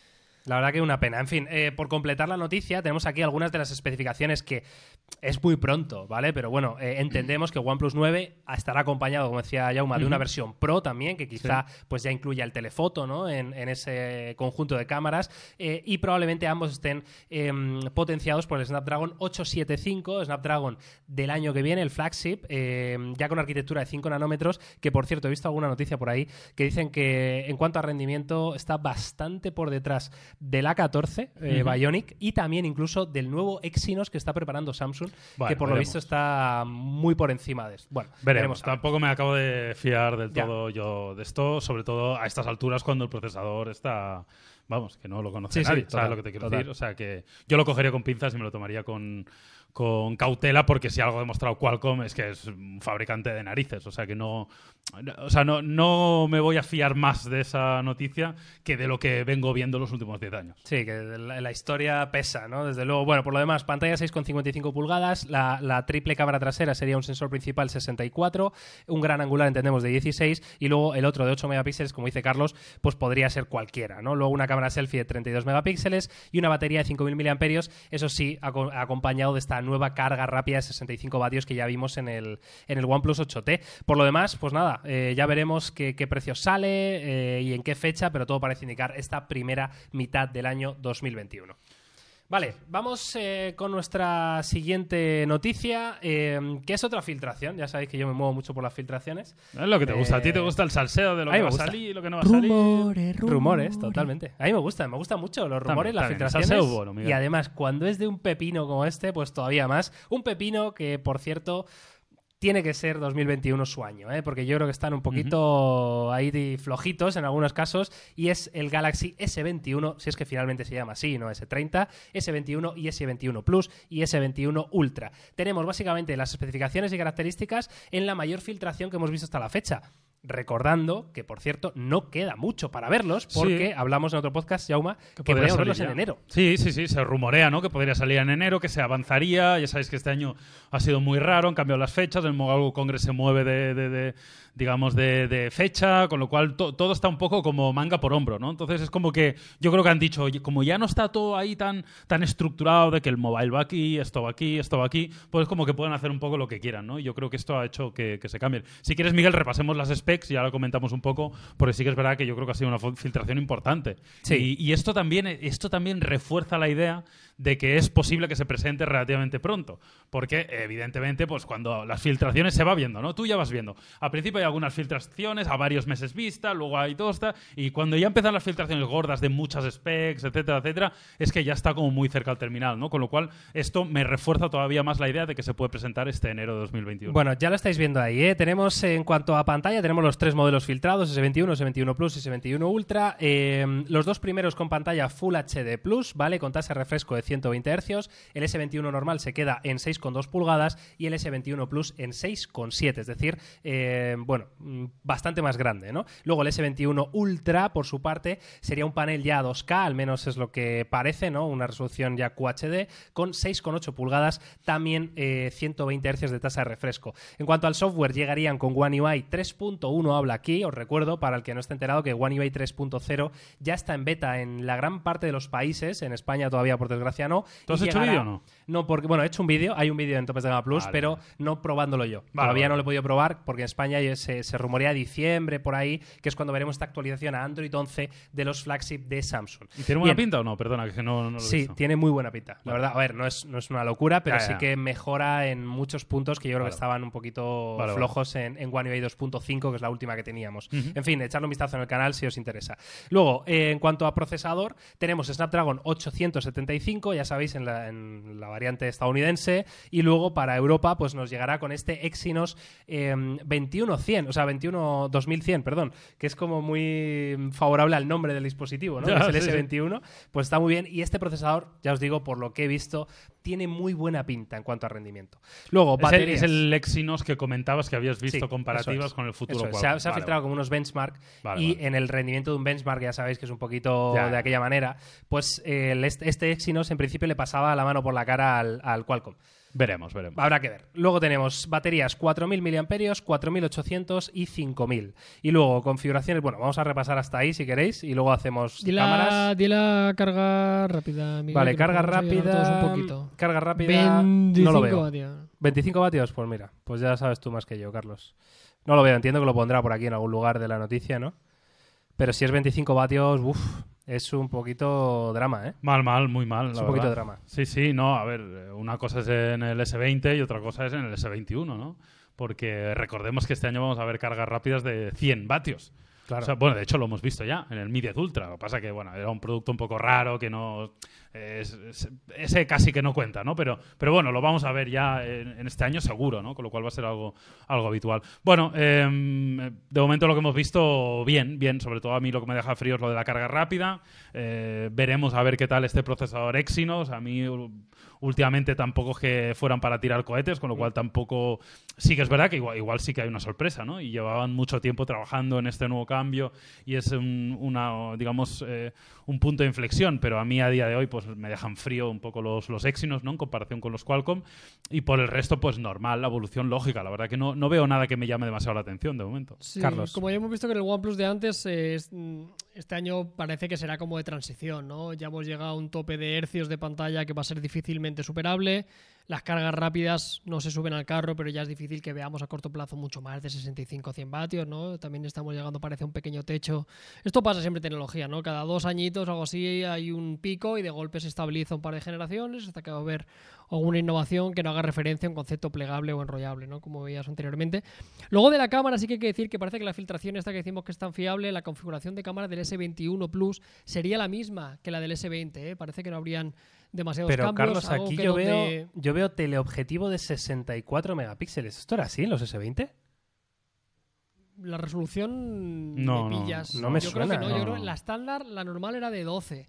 La verdad que una pena. En fin, eh, por completar la noticia, tenemos aquí algunas de las especificaciones que es muy pronto, ¿vale? Pero bueno, eh, entendemos que OnePlus nueve estará acompañado, como decía Jaume, de una Ujú. versión Pro también, que quizá pues ya incluya el telefoto, ¿no? En, en ese conjunto de cámaras, eh, y probablemente ambos estén eh, potenciados por el Snapdragon ocho setenta y cinco, Snapdragon del año que viene, el flagship, eh, ya con arquitectura de cinco nanómetros, que por cierto he visto alguna noticia por ahí que dicen que en cuanto a rendimiento está bastante por detrás del A catorce eh, Ujú. Bionic, y también incluso del nuevo Exynos que está preparando Samsung, Bueno, que por lo veremos. visto está muy por encima de esto. Bueno, Veremos. a ver. Tampoco me acabo de fiar del Ya. todo yo de esto, sobre todo a estas alturas cuando el procesador está... Vamos, que no lo conoce Sí, sí, nadie, total, ¿sabes lo que te quiero total. decir? O sea, que yo lo cogería con pinzas y me lo tomaría con, con cautela, porque si algo ha demostrado Qualcomm es que es un fabricante de narices. O sea, que no... no- O sea, no, no me voy a fiar más de esa noticia que de lo que vengo viendo los últimos diez años. Sí, que la, la historia pesa, ¿no? Desde luego. Bueno, por lo demás, pantalla seis coma cincuenta y cinco pulgadas, la, la triple cámara trasera sería un sensor principal sesenta y cuatro, un gran angular, entendemos, de dieciséis, y luego el otro de ocho megapíxeles, como dice Carlos, pues podría ser cualquiera, ¿no? Luego una cámara selfie de treinta y dos megapíxeles y una batería de cinco mil miliamperios hora, eso sí, aco- acompañado de esta nueva carga rápida de sesenta y cinco vatios que ya vimos en el, en el OnePlus ocho T. Por lo demás, pues nada, eh, ya veremos qué, qué precio sale eh, y en qué fecha, pero todo parece indicar esta primera mitad del año dos mil veintiuno. Vale, vamos eh, con nuestra siguiente noticia, eh, que es otra filtración. Ya sabéis que yo me muevo mucho por las filtraciones. Es lo que te gusta. A ti te Eh, gusta el salseo de lo a mí que me va a gusta. salir y lo que no va a salir. Rumores, Rumores, totalmente. A mí me gustan, me gustan mucho los rumores, También, las también. El filtraciones. salseo bueno, Miguel. Y además, cuando es de un pepino como este, pues todavía más. Un pepino que, por cierto, tiene que ser dos mil veintiuno su año, ¿eh? Porque yo creo que están un poquito ahí de flojitos en algunos casos, y es el Galaxy ese veintiuno, si es que finalmente se llama así, no ese treinta, ese veintiuno y ese veintiuno Plus y ese veintiuno Ultra. Tenemos básicamente las especificaciones y características en la mayor filtración que hemos visto hasta la fecha. Recordando que, por cierto, no queda mucho para verlos, porque Sí. hablamos en otro podcast, Jauma, que, podría podríamos salir verlos ya. en enero. Sí, sí, sí, se rumorea, ¿no? Que podría salir en enero, que se avanzaría. Ya sabéis que este año ha sido muy raro, han cambiado las fechas, el Mobile World Congress se mueve de, de- de, digamos, de, de fecha, con lo cual to- todo está un poco como manga por hombro, ¿no? Entonces es como que yo creo que han dicho, oye, como ya no está todo ahí tan, tan estructurado de que el mobile va aquí, esto va aquí, esto va aquí, pues como que pueden hacer un poco lo que quieran, ¿no? Y yo creo que esto ha hecho que, que se cambien. Si quieres, Miguel, repasemos las specs y ahora comentamos un poco, porque sí que es verdad que yo creo que ha sido una fo- filtración importante. Sí. Y, y esto también, esto también refuerza la idea de que es posible que se presente relativamente pronto. Porque, evidentemente, pues cuando las filtraciones se va viendo, ¿no? Tú ya vas viendo. Al principio hay algunas filtraciones a varios meses vista, luego hay tosta, y cuando ya empiezan las filtraciones gordas de muchas specs, etcétera, etcétera, es que ya está como muy cerca al terminal, ¿no? Con lo cual, esto me refuerza todavía más la idea de que se puede presentar este enero de dos mil veintiuno. Bueno, ya lo estáis viendo ahí, ¿eh? Tenemos, en cuanto a pantalla, tenemos los tres modelos filtrados, ese veintiuno, ese veintiuno Plus y ese veintiuno Ultra. Eh, los dos primeros con pantalla Full H D Plus, ¿vale? Con tasa de refresco de ciento veinte hercios. El ese veintiuno normal se queda en seis coma dos pulgadas y el ese veintiuno Plus en seis coma siete, es decir, eh, bueno, mm, bastante más grande, ¿no? Luego el ese veintiuno Ultra, por su parte, sería un panel ya a dos K, al menos es lo que parece, ¿no? Una resolución ya Q H D con seis coma ocho pulgadas, también eh, ciento veinte hercios de tasa de refresco. En cuanto al software, llegarían con One U I tres punto uno, habla aquí, os recuerdo, para el que no esté enterado, que One U I tres punto cero ya está en beta en la gran parte de los países, en España todavía, por desgracia, no. ¿Tú has Y hecho llegará- vídeo o no? No, porque, bueno, he hecho un vídeo, hay un vídeo en Topes de Gama Plus, Vale, pero vale. no probándolo yo. Vale, Todavía vale. no lo he podido probar porque en España ya se, se rumorea diciembre, por ahí, que es cuando veremos esta actualización a Android once de los flagship de Samsung. ¿Y tiene buena Bien. pinta o no? Perdona, que no, no lo he Sí, visto. tiene muy buena pinta. La Vale. verdad, a ver, no es, no es una locura, pero Ya, sí ya. que mejora en muchos puntos que yo creo Vale. que estaban un poquito Vale, vale. flojos en, en One U I dos punto cinco, que es la última que teníamos. Ujú. En fin, echarle un vistazo en el canal si os interesa. Luego, eh, en cuanto a procesador, tenemos Snapdragon ochocientos setenta y cinco, ya sabéis, en la, en la variante estadounidense, y luego para Europa pues nos llegará con este Exynos eh, veintiuno cien, o sea, veintiuno dos mil cien, perdón, que es como muy favorable al nombre del dispositivo, ¿no? Ya, es el sí, ese sí. veintiuno, pues está muy bien. Y este procesador, ya os digo, por lo que he visto, tiene muy buena pinta en cuanto a rendimiento. Luego, Es el, baterías. es el Exynos que comentabas que habías visto Sí, comparativas eso es. con el futuro Eso es. Qualcomm. Se ha, se ha Vale, filtrado vale. como unos benchmark Vale, y vale. en el rendimiento de un benchmark, ya sabéis que es un poquito Ya, de ya. aquella manera, pues eh, el- este, este Exynos en principio le pasaba la mano por la cara al, al Qualcomm. Veremos, veremos. Habrá que ver. Luego tenemos baterías cuatro mil miliamperios, cuatro mil ochocientos y cinco mil. Y luego configuraciones, bueno, vamos a repasar hasta ahí si queréis y luego hacemos Di cámaras. la, di la carga rápida, Miguel, Vale, que carga nos vamos a llegar rápida. todos un poquito. Carga rápida. veinticinco No lo veo. vatios. ¿veinticinco vatios? Pues mira, pues ya sabes tú más que yo, Carlos. No lo veo, entiendo que lo pondrá por aquí en algún lugar de la noticia, ¿no? Pero si es veinticinco vatios, uff, es un poquito drama, ¿eh? Mal, mal, muy mal. Es la un poquito de verdad. drama. Sí, sí, no, a ver, una cosa es en el ese veinte y otra cosa es en el ese veintiuno, ¿no? Porque recordemos que este año vamos a ver cargas rápidas de cien vatios. Claro. O sea, bueno, de hecho lo hemos visto ya en el Mi diez Ultra. Lo que pasa que, bueno, era un producto un poco raro que no... es- es- ese casi que no cuenta, ¿no? Pero, pero bueno, lo vamos a ver ya en, en este año seguro, ¿no? Con lo cual va a ser algo, algo habitual. Bueno, eh, de momento lo que hemos visto, bien, bien. Sobre todo a mí lo que me deja frío es lo de la carga rápida. Eh, veremos a ver qué tal este procesador Exynos. A mí últimamente tampoco es que fueran para tirar cohetes, con lo cual tampoco... Sí que es verdad que igual, igual sí que hay una sorpresa, ¿no? Y llevaban mucho tiempo trabajando en este nuevo cambio y es un, una, digamos, eh, un punto de inflexión, pero a mí a día de hoy pues me dejan frío un poco los, los Exynos, ¿no? En comparación con los Qualcomm, y por el resto pues normal, la evolución lógica. La verdad que no, no veo nada que me llame demasiado la atención de momento. Sí, Carlos. como ya hemos visto que en el OnePlus de antes, eh, es- mm, este año parece que será como de transición, ¿no? Ya hemos llegado a un tope de hercios de pantalla que va a ser difícilmente superable. Las cargas rápidas no se suben al carro, pero ya es difícil que veamos a corto plazo mucho más de sesenta y cinco a cien vatios, ¿no? También estamos llegando, parece, a un pequeño techo. Esto pasa siempre en tecnología, ¿no? Cada dos añitos o algo así hay un pico y de golpe se estabiliza un par de generaciones hasta que va a haber alguna innovación que no haga referencia a un concepto plegable o enrollable, ¿no? Como veías anteriormente. Luego de la cámara sí que hay que decir que parece que la filtración esta que decimos que es tan fiable, la configuración de cámara del ese veintiuno Plus sería la misma que la del ese veinte, ¿eh? Parece que no habrían demasiados Pero cambios. Carlos, algo aquí que yo donde- veo, yo veo teleobjetivo de sesenta y cuatro megapíxeles. ¿Esto era así en los ese veinte? La resolución No, me no, pillas. no me yo creo suena, que no, yo no, creo que no. la estándar, la normal era de doce.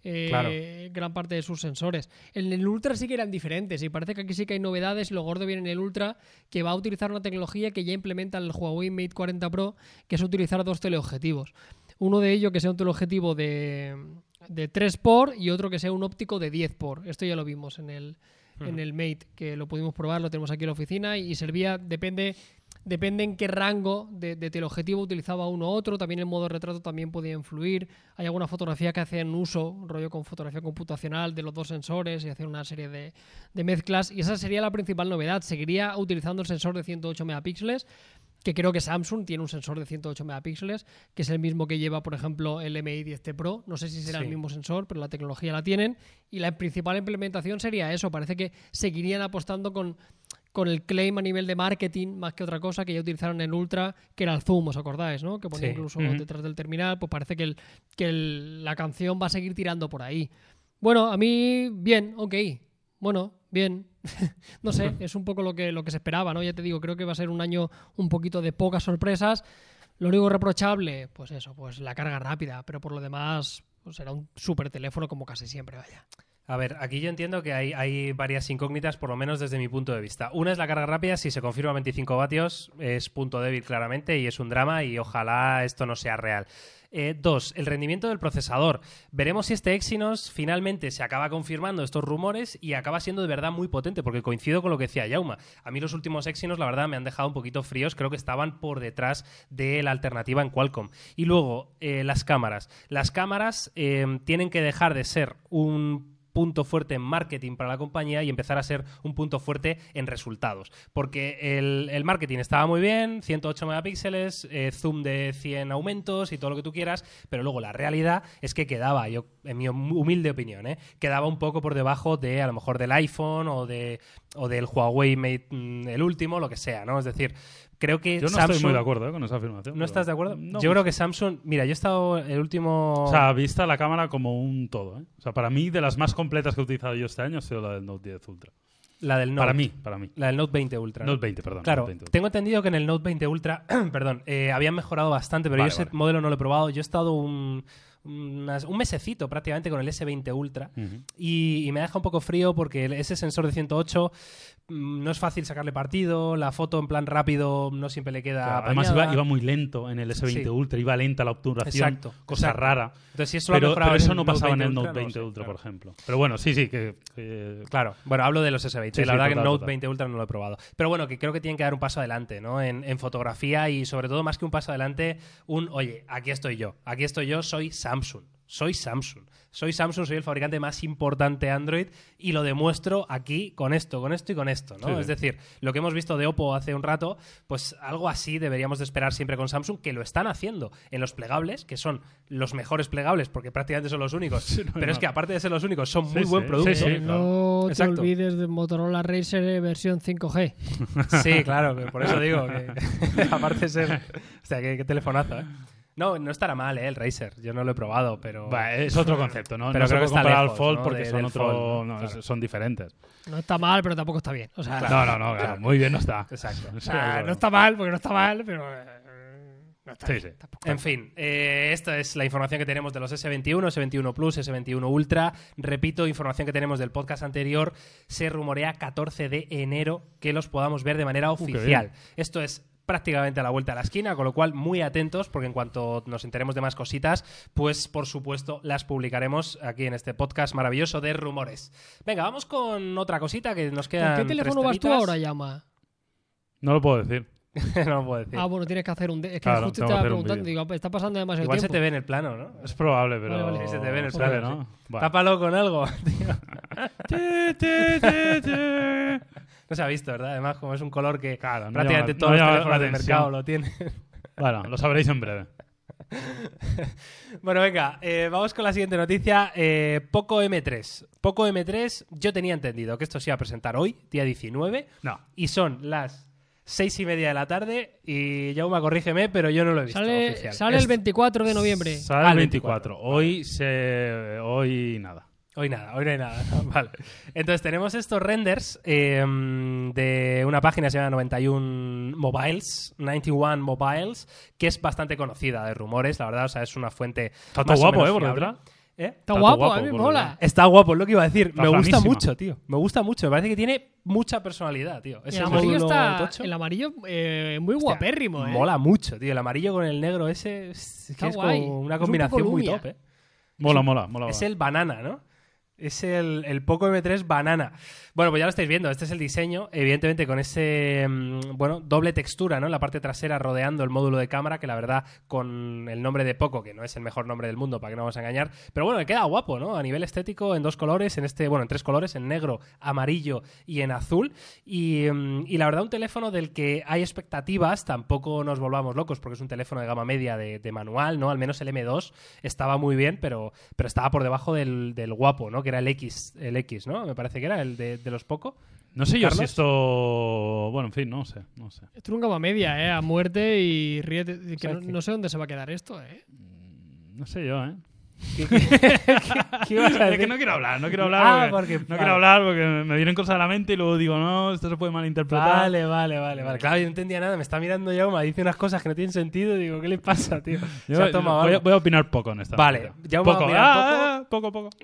eh, Claro. gran parte de sus sensores. En el Ultra sí que eran diferentes y parece que aquí sí que hay novedades y lo gordo viene en el Ultra, que va a utilizar una tecnología que ya implementa el Huawei Mate cuarenta Pro, que es utilizar dos teleobjetivos. Uno de ellos que sea un teleobjetivo de, de tres por y otro que sea un óptico de diez por. Esto ya lo vimos en el, uh-huh. en el Mate, que lo pudimos probar, lo tenemos aquí en la oficina y servía, depende... Depende en qué rango de, de teleobjetivo utilizaba uno u otro. También el modo retrato también podía influir. Hay alguna fotografía que hacían uso, un rollo con fotografía computacional de los dos sensores y hacían una serie de, de mezclas. Y esa sería la principal novedad. Seguiría utilizando el sensor de ciento ocho megapíxeles, que creo que Samsung tiene un sensor de ciento ocho megapíxeles, que es el mismo que lleva, por ejemplo, el M I diez T Pro. No sé si será sí. el mismo sensor, pero la tecnología la tienen. Y la principal implementación sería eso. Parece que seguirían apostando con... con el claim a nivel de marketing más que otra cosa que ya utilizaron en Ultra, que era el zoom, ¿os acordáis? ¿No? Que ponía sí. incluso uh-huh. detrás del terminal. Pues parece que, el, que el, la canción va a seguir tirando por ahí. Bueno, a mí, bien, ok. Bueno, bien. No sé, es un poco lo que, lo que se esperaba, ¿no? Ya te digo, creo que va a ser un año un poquito de pocas sorpresas. Lo único reprochable, pues eso, pues la carga rápida. Pero por lo demás, pues era un súper teléfono como casi siempre, vaya. A ver, aquí yo entiendo que hay, hay varias incógnitas, por lo menos desde mi punto de vista. Una es la carga rápida, si se confirma veinticinco vatios, es punto débil claramente y es un drama y ojalá esto no sea real. Eh, dos, el rendimiento del procesador. Veremos si este Exynos finalmente se acaba confirmando estos rumores y acaba siendo de verdad muy potente, porque coincido con lo que decía Jaume. A mí los últimos Exynos, la verdad, me han dejado un poquito fríos. Creo que estaban por detrás de la alternativa en Qualcomm. Y luego, eh, las cámaras. Las cámaras eh, tienen que dejar de ser un punto fuerte en marketing para la compañía y empezar a ser un punto fuerte en resultados. Porque el, el marketing estaba muy bien, ciento ocho megapíxeles, eh, zoom de cien aumentos y todo lo que tú quieras, pero luego la realidad es que quedaba, yo en mi humilde opinión, ¿eh? quedaba un poco por debajo de a lo mejor del iPhone o, de, o del Huawei Mate, el último, lo que sea, ¿no? Es decir, creo que yo no Samsung... estoy muy de acuerdo ¿eh? con esa afirmación. ¿No pero... estás de acuerdo? No, yo creo que Samsung... Mira, yo he estado el último... O sea, vista la cámara como un todo. ¿eh? O sea, para mí, de las más completas que he utilizado yo este año ha sido la del Note diez Ultra. La del Note. Para mí, para mí. La del Note veinte Ultra. ¿no? Note veinte, perdón. Claro, Note veinte Ultra. Tengo entendido que en el Note veinte Ultra, perdón, eh, habían mejorado bastante, pero vale, yo ese vale. modelo no lo he probado. Yo he estado un... Unas, un mesecito prácticamente con el ese veinte Ultra uh-huh. y, y me deja un poco frío porque ese sensor de ciento ocho mmm, no es fácil sacarle partido, la foto en plan rápido no siempre le queda claro, además iba, iba muy lento en el ese veinte sí. Ultra, iba lenta la obturación, exacto, cosa exacto. rara. Entonces, si eso pero, lo pero eso en no pasaba en el Note Ultra, veinte no sé, Ultra, claro. por ejemplo. Pero bueno, sí, sí. que, que... Claro, bueno, hablo de los ese veinte. Sí, la sí, verdad total, que el Note total. veinte Ultra no lo he probado. Pero bueno, que creo que tienen que dar un paso adelante, ¿no? En, en fotografía y sobre todo, más que un paso adelante, un, oye, aquí estoy yo, aquí estoy yo, soy Samsung. Soy Samsung. Soy Samsung, soy el fabricante más importante de Android y lo demuestro aquí con esto, con esto y con esto, ¿no? Sí. Es decir, lo que hemos visto de Oppo hace un rato, pues algo así deberíamos de esperar siempre con Samsung, que lo están haciendo en los plegables, que son los mejores plegables porque prácticamente son los únicos. Sí, no, pero no. es que aparte de ser los únicos, son sí, muy sí. buen producto. Sí, sí, no te Exacto. olvides de Motorola Razr versión cinco G. Sí, claro, por eso digo que aparte de ser... O sea, qué, qué telefonazo, ¿eh? No, no estará mal, ¿eh? El Razer. Yo no lo he probado, pero... Bah, es otro concepto, ¿no? Pero no creo que se puede está comparar lejos, al Fold ¿no? porque de, son otro... Fold, no, claro. son diferentes. No está mal, pero tampoco está bien. O sea, claro. No, no, no, claro. Muy bien no está. Exacto. O sea, no está mal porque no está mal, pero... No está sí, bien. sí. En fin, eh, esta es la información que tenemos de los ese veintiuno, ese veintiuno Plus, ese veintiuno Ultra. Repito, información que tenemos del podcast anterior. Se rumorea catorce de enero que los podamos ver de manera oficial. Uh, Esto es prácticamente a la vuelta de la esquina, con lo cual muy atentos porque en cuanto nos enteremos de más cositas, pues por supuesto las publicaremos aquí en este podcast maravilloso de rumores. Venga, vamos con otra cosita que nos queda. ¿Con qué teléfono vas tú ahora, Llama? No lo puedo decir. No lo puedo decir. Ah, bueno, tienes que hacer un... De- es que claro, justo te estaba preguntando, digo, está pasando demasiado Igual tiempo. se te ve en el plano, ¿no? Es probable, pero... Vale, vale. Se te ve en el plano, plano, ¿no? sí. Vale. Tápalo con algo, tío. No se ha visto, ¿verdad? Además, como es un color que claro, no prácticamente llama, todos no los llama teléfonos la del atención. mercado lo tienen. Bueno, lo sabréis en breve. Bueno, venga, eh, vamos con la siguiente noticia. Eh, Poco eme tres. Poco eme tres, yo tenía entendido que esto se iba a presentar hoy, día diecinueve. No. Y son las seis y media de la tarde. Y Jaume, corrígeme, pero yo no lo he visto Sale, oficial. sale el veinticuatro de noviembre. Sale Ah, el el veinticuatro. Hoy, se... hoy nada. Hoy nada, hoy no hay nada. Vale. Entonces tenemos estos renders eh, de una página que se llama noventa y uno Mobiles, noventa y uno Mobiles, que es bastante conocida de rumores, la verdad, o sea, es una fuente Está todo más o guapo, menos ¿eh? Por fiable. detrás. ¿Eh? Está, Está guapo, guapo, a mí me por mola. Está guapo, es lo que iba a decir. Está me gusta flanísima. mucho, tío. Me gusta mucho. Me parece que tiene mucha personalidad, tío. El Ese amarillo módulo está. tocho. El amarillo eh, muy Hostia, guapérrimo, ¿eh? Mola mucho, tío. El amarillo con el negro ese es, Está es guay. como una Es un combinación poco muy Lumia. top, ¿eh? Mola, mola, mola. Es mola. el banana, ¿no? Es el, el Poco eme tres banana. Bueno, pues ya lo estáis viendo. Este es el diseño, evidentemente con ese, mm, bueno, doble textura, ¿no? En la parte trasera rodeando el módulo de cámara, que la verdad, con el nombre de Poco, que no es el mejor nombre del mundo, para que no vamos a engañar, pero bueno, que queda guapo, ¿no? A nivel estético, en dos colores, en este, bueno, en tres colores, en negro, amarillo y en azul. Y, mm, y la verdad, un teléfono del que hay expectativas, tampoco nos volvamos locos, porque es un teléfono de gama media de, de manual, ¿no? Al menos el eme dos estaba muy bien, pero, pero estaba por debajo del, del guapo, ¿no? Que era el X, el X, ¿no? Me parece que era el de, de los Poco. No sé yo Carlos. si esto... Bueno, en fin, no sé, no sé. Esto es un gama media, ¿eh? A muerte y ríete. Que sea, no, que- no sé dónde se va a quedar esto, ¿eh? No sé yo, ¿eh? ¿Qué, qué- qué ibas a Es decir? que no quiero hablar, no quiero hablar. Ah, porque, porque- no vale. quiero hablar porque me vienen cosas a la mente y luego digo, no, esto se puede malinterpretar. Vale, vale, vale, vale. Claro, yo no entendía nada. Me está mirando Yauma, dice unas cosas que no tienen sentido. Digo, ¿qué le pasa, tío? Yo Se ha tomado voy, a, algo. voy a opinar poco en esta. Vale, noticia. ya vamos a poco. opinar Ah, ah, poco, poco.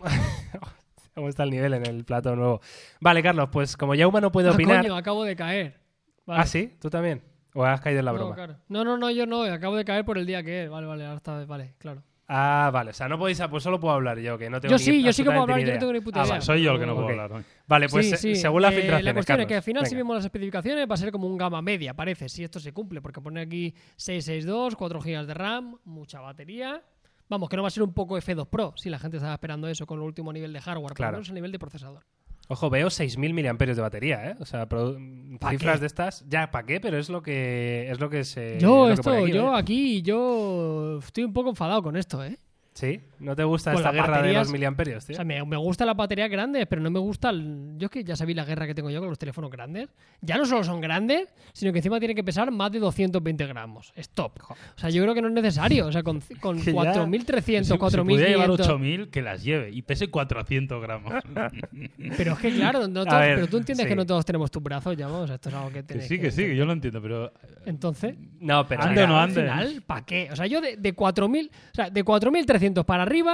¿Cómo está el nivel en el plato nuevo? Vale, Carlos, pues como Yauma no puede Ah, opinar... coño, acabo de caer. Vale. ¿Ah, sí? ¿Tú también? ¿O has caído en la No, broma? claro. no, no, no, yo no. Acabo de caer por el día que es. Vale, vale, ahora está. Vale, claro. Ah, vale. O sea, no podéis... Pues solo puedo hablar yo, que no tengo Yo ni sí, yo sí que puedo absolutamente hablar, ni yo no idea. tengo ni puta Ah, idea. vale. Soy yo el que no puedo Ok. hablar hoy. Vale, pues sí, se- sí. según las Eh, filtraciones, La cuestión Carlos. es que al final, si Venga. vemos las especificaciones, va a ser como un gama media, parece, si esto se cumple, porque pone aquí seiscientos sesenta y dos, cuatro gigas de RAM, mucha batería. Vamos, que no va a ser un poco efe dos Pro, si la gente estaba esperando eso con el último nivel de hardware, por Claro. lo menos a nivel de procesador. Ojo, veo seis mil miliamperios de batería, ¿eh? O sea, pro- ¿Pa cifras qué? de estas... Ya, ¿para qué? Pero es lo que es lo que se... yo, es lo que pone esto, aquí, yo ¿eh? aquí, yo estoy un poco enfadado con esto, ¿eh? ¿Sí? ¿No te gusta Con esta las guerra de baterías- los miliamperios, O tío? sea, me, me gustan las baterías grandes, pero no me gusta el... Yo es que ya sabéis la guerra que tengo yo con los teléfonos grandes. Ya no solo son grandes, sino que encima tienen que pesar más de doscientos veinte gramos. Stop. O sea, yo creo que no es necesario. O sea, con, con Que ya- cuatro mil trescientos, Si, cuatro si mil pudiera llevar quinientos... ocho mil, que las lleve y pese cuatrocientos gramos. Pero es que claro, no todos- ver, pero tú entiendes sí. que no todos tenemos tus brazos, ya vamos, esto es algo que que tienes sí, que sí, que yo lo entiendo, pero... Entonces, No, pero... Ande o no mira, ande. al final, ¿para qué? O sea, yo de, de cuatro mil, o sea, de cuatro mil trescientos para arriba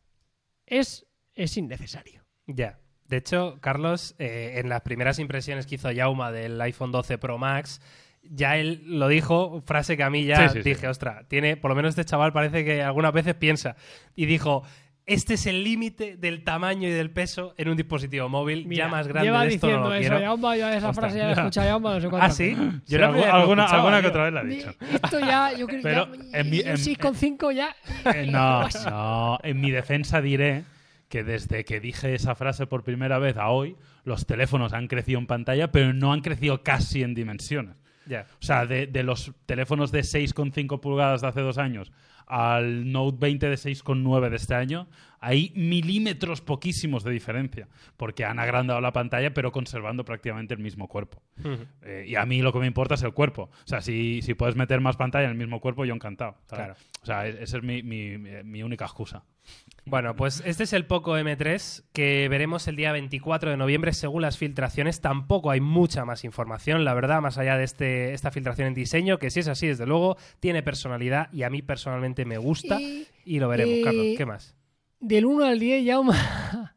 es, es innecesario. Ya. De hecho, Carlos, eh, en las primeras impresiones que hizo Yauma del iPhone doce Pro Max, ya él lo dijo, frase que a mí ya Sí, sí, dije, sí. ostra, tiene, por lo menos este chaval parece que algunas veces piensa. Y dijo, este es el límite del tamaño y del peso en un dispositivo móvil. Mira, ya más grande lleva de esto diciendo no lo eso, quiero. Yauma, yo esa Ostras, frase ya la he ya. escuchado Yauma no sé ¿Ah, cuántas sí? veces. Yo Sí, la algu- primera vez que lo alguna, escuchaba, alguna que tío. otra vez la he dicho. Esto ya, yo creo Pero ya, en mi- yo en- seis coma cinco ya. Eh, no, no. En mi defensa diré que desde que dije esa frase por primera vez a hoy, los teléfonos han crecido en pantalla, pero no han crecido casi en dimensiones. Ya. O sea, de, de los teléfonos de seis coma cinco pulgadas de hace dos años al Note veinte de seis coma nueve de este año, hay milímetros poquísimos de diferencia, porque han agrandado la pantalla, pero conservando prácticamente el mismo cuerpo. Eh, y a mí lo que me importa es el cuerpo. O sea, si, si puedes meter más pantalla en el mismo cuerpo, yo encantado. ¿sabes? Claro. O sea, es- esa es mi, mi, mi única excusa. Bueno, pues este es el Poco eme tres que veremos el día veinticuatro de noviembre según las filtraciones. Tampoco hay mucha más información, la verdad, más allá de este, esta filtración en diseño, que si es así, desde luego, tiene personalidad y a mí personalmente me gusta Y- y lo veremos. y- Carlos, ¿qué más? Del uno al diez, Yauma.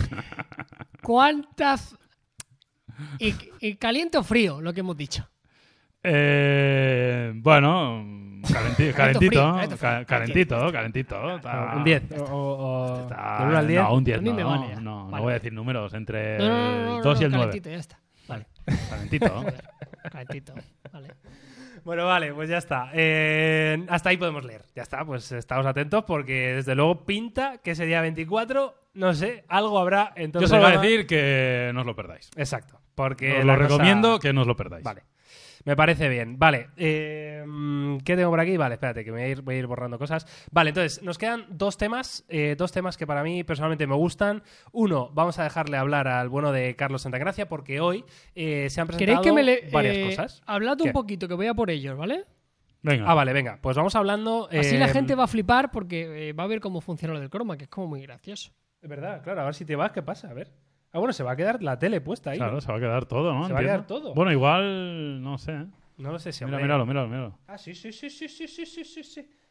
¿Cuántas? Y, y caliente o frío, lo que hemos dicho. Eh, bueno, calenti- calentito, frío, calento frío, ca- calentito, calentito. Está- ¿Un diez? O, o- o- está- ¿Del uno al diez? No, un diez A mí no, me no, vale ya. no, no Vale. voy a decir números, entre No, no, no, no, el no, dos y el no, nueve. calentito, ya está. Vale, Calentito. joder, calentito, vale. Bueno, vale, pues ya está. Eh, hasta ahí podemos leer. Ya está, pues estamos atentos porque desde luego pinta que ese día veinticuatro, no sé, algo habrá. Entonces Yo solo voy a gama. decir que no os lo perdáis. Exacto, porque Os la lo cosa- recomiendo que no os lo perdáis. Vale. Me parece bien. Vale. eh, ¿Qué tengo por aquí? Vale, espérate, que me voy a ir, voy a ir borrando cosas. Vale, entonces, nos quedan dos temas. eh, dos temas que para mí personalmente me gustan. Uno, vamos a dejarle hablar al bueno de Carlos Santagracia porque hoy eh, se han ¿Queréis presentado que me le. varias eh, cosas. Hablad ¿Qué? un poquito, que voy a por ellos, ¿vale? Venga. Ah, vale, venga. Pues vamos hablando. Así eh, la gente va a flipar porque eh, va a ver cómo funciona lo del croma, que es como muy gracioso. Es verdad, claro. A ver si te vas, ¿qué pasa? A ver. Ah, bueno, se va a quedar la tele puesta ahí. Claro, ¿no? se va a quedar todo, ¿no? Se va a Entiendo. quedar todo. Bueno, igual, no sé. ¿eh? No lo sé si Mira, hombre. míralo, míralo, míralo. Ah, sí, sí, sí, sí, sí, sí, sí, sí, sí.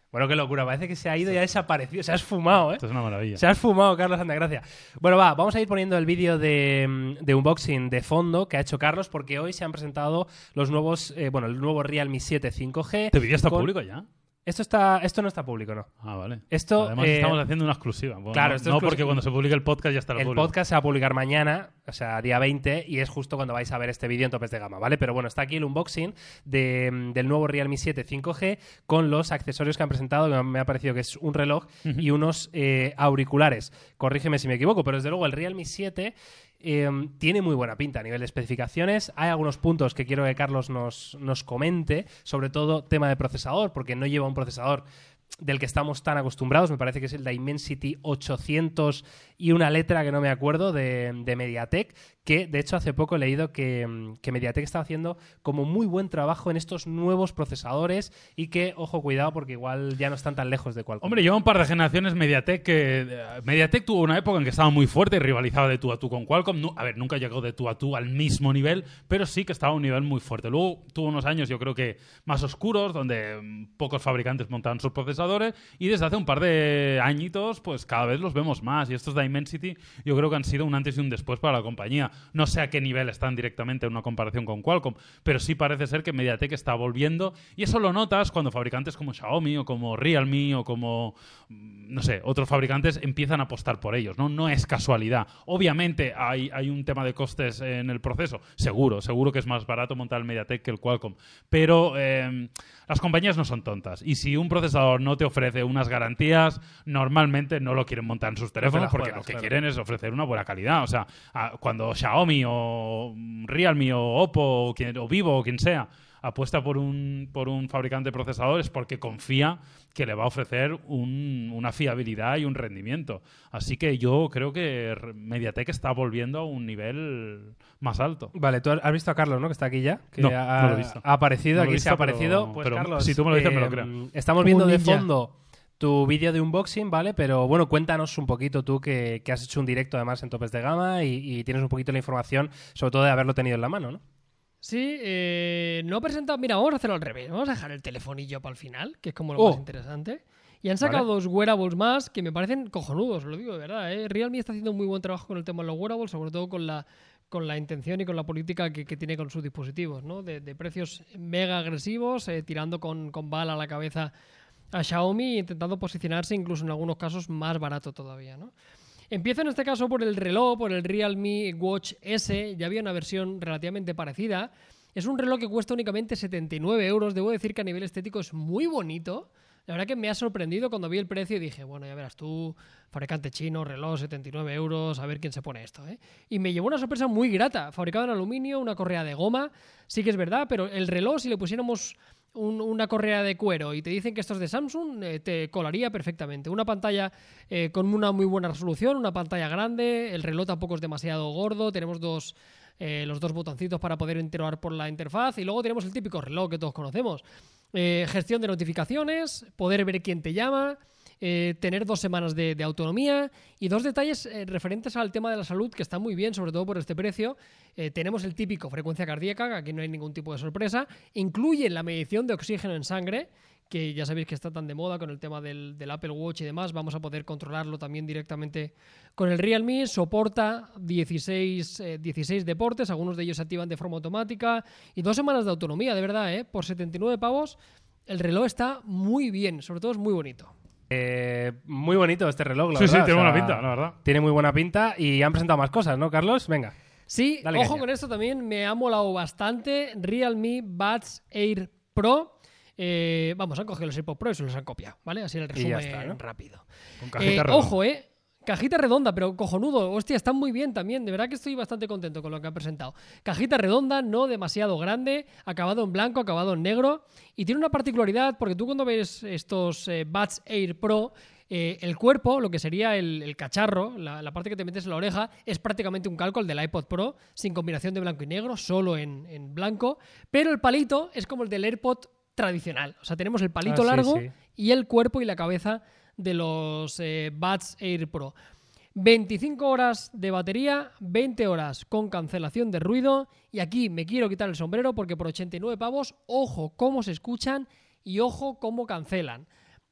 Bueno, qué locura. Parece que se ha ido y ha desaparecido. Se ha esfumado, ¿eh? Esto es una maravilla. Se ha esfumado, Carlos Andagracia. Bueno, va, vamos a ir poniendo el vídeo de, de unboxing de fondo que ha hecho Carlos, porque hoy se han presentado los nuevos, eh, bueno, el nuevo Realme siete cinco G. ¿Este vídeo está con... público ya? Esto está, esto no está público, ¿no? Ah, vale. Esto, Además, eh, estamos haciendo una exclusiva. Bueno, claro, no, esto no es porque exclusivo. cuando se publique el podcast ya estará El público. podcast se va a publicar mañana, o sea, día veinte, y es justo cuando vais a ver este vídeo en Topes de Gama, ¿vale? Pero bueno, está aquí el unboxing de, del nuevo Realme siete cinco G con los accesorios que han presentado, que me ha parecido que es un reloj uh-huh. y unos eh, auriculares. Corrígeme si me equivoco, pero desde luego el Realme siete... Eh, tiene muy buena pinta a nivel de especificaciones. Hay algunos puntos que quiero que Carlos nos, nos comente, sobre todo tema de procesador, porque no lleva un procesador del que estamos tan acostumbrados. Me parece que es el Dimensity ochocientos y una letra que no me acuerdo de, de MediaTek, que de hecho hace poco he leído que, que MediaTek estaba haciendo como muy buen trabajo en estos nuevos procesadores y que, ojo, cuidado, porque igual ya no están tan lejos de Qualcomm. Hombre, lleva un par de generaciones MediaTek que... MediaTek tuvo una época en que estaba muy fuerte y rivalizaba de tú a tú con Qualcomm. No, a ver, nunca llegó de tú a tú al mismo nivel, pero sí que estaba a un nivel muy fuerte. Luego tuvo unos años, yo creo que más oscuros, donde mm, pocos fabricantes montaban sus procesadores, y desde hace un par de añitos, pues cada vez los vemos más. Y estos Dimensity yo creo que han sido un antes y un después para la compañía. No sé a qué nivel están directamente en una comparación con Qualcomm, pero sí parece ser que MediaTek está volviendo, y eso lo notas cuando fabricantes como Xiaomi o como Realme o como, no sé, otros fabricantes empiezan a apostar por ellos, ¿no? No es casualidad. Obviamente hay, hay un tema de costes en el proceso, seguro, seguro que es más barato montar el MediaTek que el Qualcomm, pero eh, las compañías no son tontas, y si un procesador no te ofrece unas garantías, normalmente no lo quieren montar en sus teléfonos, porque juegas, lo que claro. quieren es ofrecer una buena calidad. O sea, a, cuando Xiaomi o Realme o Oppo o, quien, o Vivo o quien sea apuesta por un, por un fabricante de procesadores, porque confía que le va a ofrecer un, una fiabilidad y un rendimiento. Así que yo creo que MediaTek está volviendo a un nivel más alto. Vale, tú has visto a Carlos, ¿no? Que está aquí ya. Que no, ha, no lo he visto. Ha aparecido, no aquí visto, se ha aparecido. Pero, pues pero Carlos, si tú me lo dices, eh, me lo creo. Estamos viendo de fondo tu vídeo de unboxing, ¿vale? Pero bueno, cuéntanos un poquito tú que, que has hecho un directo además en Topes de Gama y, y tienes un poquito la información, sobre todo de haberlo tenido en la mano, ¿no? Sí, eh, no he presentado... Mira, vamos a hacerlo al revés. Vamos a dejar el telefonillo para el final, que es como lo oh. más interesante. Y han sacado ¿Vale? dos wearables más que me parecen cojonudos, lo digo de verdad, ¿eh? Realme está haciendo muy buen trabajo con el tema de los wearables, sobre todo con la, con la intención y con la política que, que tiene con sus dispositivos, ¿no? De, de precios mega agresivos, eh, tirando con, con bala a la cabeza a Xiaomi, intentando posicionarse incluso en algunos casos más barato todavía, ¿no? Empiezo en este caso por el reloj, por el Realme Watch S. Ya había una versión relativamente parecida. Es un reloj que cuesta únicamente setenta y nueve euros. Debo decir que a nivel estético es muy bonito. La verdad que me ha sorprendido cuando vi el precio y dije, bueno, ya verás tú, fabricante chino, reloj, setenta y nueve euros, a ver quién se pone esto, ¿eh? Y me llevó una sorpresa muy grata. Fabricado en aluminio, una correa de goma, sí que es verdad, pero el reloj, si le pusiéramos un, una correa de cuero y te dicen que esto es de Samsung, eh, te colaría perfectamente. Una pantalla eh, con una muy buena resolución, una pantalla grande, el reloj tampoco es demasiado gordo, tenemos dos... Eh, los dos botoncitos para poder interactuar por la interfaz, y luego tenemos el típico reloj que todos conocemos. Eh, gestión de notificaciones, poder ver quién te llama, eh, tener dos semanas de, de autonomía y dos detalles eh, referentes al tema de la salud que están muy bien, sobre todo por este precio. Eh, tenemos el típico frecuencia cardíaca, que aquí no hay ningún tipo de sorpresa. Incluye la medición de oxígeno en sangre, que ya sabéis que está tan de moda con el tema del, del Apple Watch y demás. Vamos a poder controlarlo también directamente con el Realme. Soporta dieciséis, eh, dieciséis deportes, algunos de ellos se activan de forma automática, y dos semanas de autonomía, de verdad, ¿eh? Por setenta y nueve pavos, el reloj está muy bien, sobre todo es muy bonito. Eh, muy bonito este reloj, la sí, verdad. Sí, tiene o sea, buena pinta, la verdad. Tiene muy buena pinta y han presentado más cosas, ¿no, Carlos? Venga. Sí, dale ojo caña. Con esto también me ha molado bastante. Realme Buds Air Pro. Eh, vamos, han cogido los AirPods Pro y se los han copiado, ¿vale? Así el resumen está, ¿no? Rápido. Con cajita eh, redonda. Ojo, ¿eh? Cajita redonda, pero cojonudo. Hostia, están muy bien también. De verdad que estoy bastante contento con lo que han presentado. Cajita redonda, no demasiado grande, acabado en blanco, acabado en negro. Y tiene una particularidad, porque tú cuando ves estos eh, Buds Air Pro, eh, el cuerpo, lo que sería el, el cacharro, la, la parte que te metes en la oreja, es prácticamente un calco al del iPod Pro, sin combinación de blanco y negro, solo en, en blanco. Pero el palito es como el del AirPod tradicional. O sea, tenemos el palito ah, largo sí, sí. y el cuerpo y la cabeza de los eh, Buds Air Pro. veinticinco horas de batería, veinte horas con cancelación de ruido, y aquí me quiero quitar el sombrero porque por ochenta y nueve pavos, ojo cómo se escuchan y ojo cómo cancelan.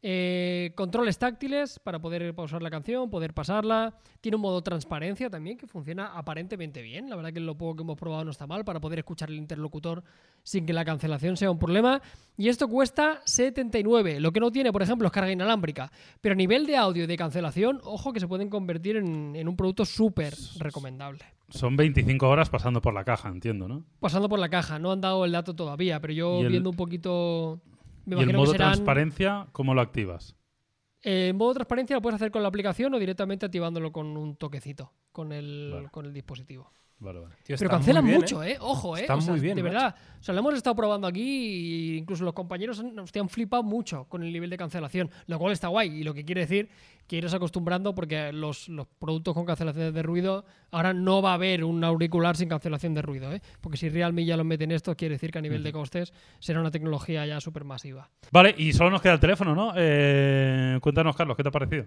Eh, controles táctiles para poder pausar la canción, poder pasarla. Tiene un modo transparencia también que funciona aparentemente bien. La verdad que lo poco que hemos probado no está mal para poder escuchar el interlocutor sin que la cancelación sea un problema. Y esto cuesta setenta y nueve. Lo que no tiene, por ejemplo, es carga inalámbrica. Pero a nivel de audio y de cancelación, ojo que se pueden convertir en, en un producto súper recomendable. Son veinticinco horas pasando por la caja, entiendo, ¿no? Pasando por la caja. No han dado el dato todavía, pero yo el... viendo un poquito... Me ¿Y el imagino modo que serán... transparencia, cómo lo activas? Eh, en modo transparencia lo puedes hacer con la aplicación o directamente activándolo con un toquecito, con el, Vale. con el dispositivo. Vale, vale. Tío, Pero está cancelan muy bien, mucho, ¿eh? ¿eh? Ojo, ¿eh? Está O sea, muy bien, de macho. verdad. O sea, lo hemos estado probando aquí e incluso los compañeros nos te han flipado mucho con el nivel de cancelación, lo cual está guay. Y lo que quiere decir que iros acostumbrando porque los, los productos con cancelación de ruido, ahora no va a haber un auricular sin cancelación de ruido, ¿eh? Porque si Realme ya lo mete en esto, quiere decir que a nivel de costes será una tecnología ya súper masiva. Vale, y solo nos queda el teléfono, ¿no? Eh, cuéntanos, Carlos, ¿qué te ha parecido?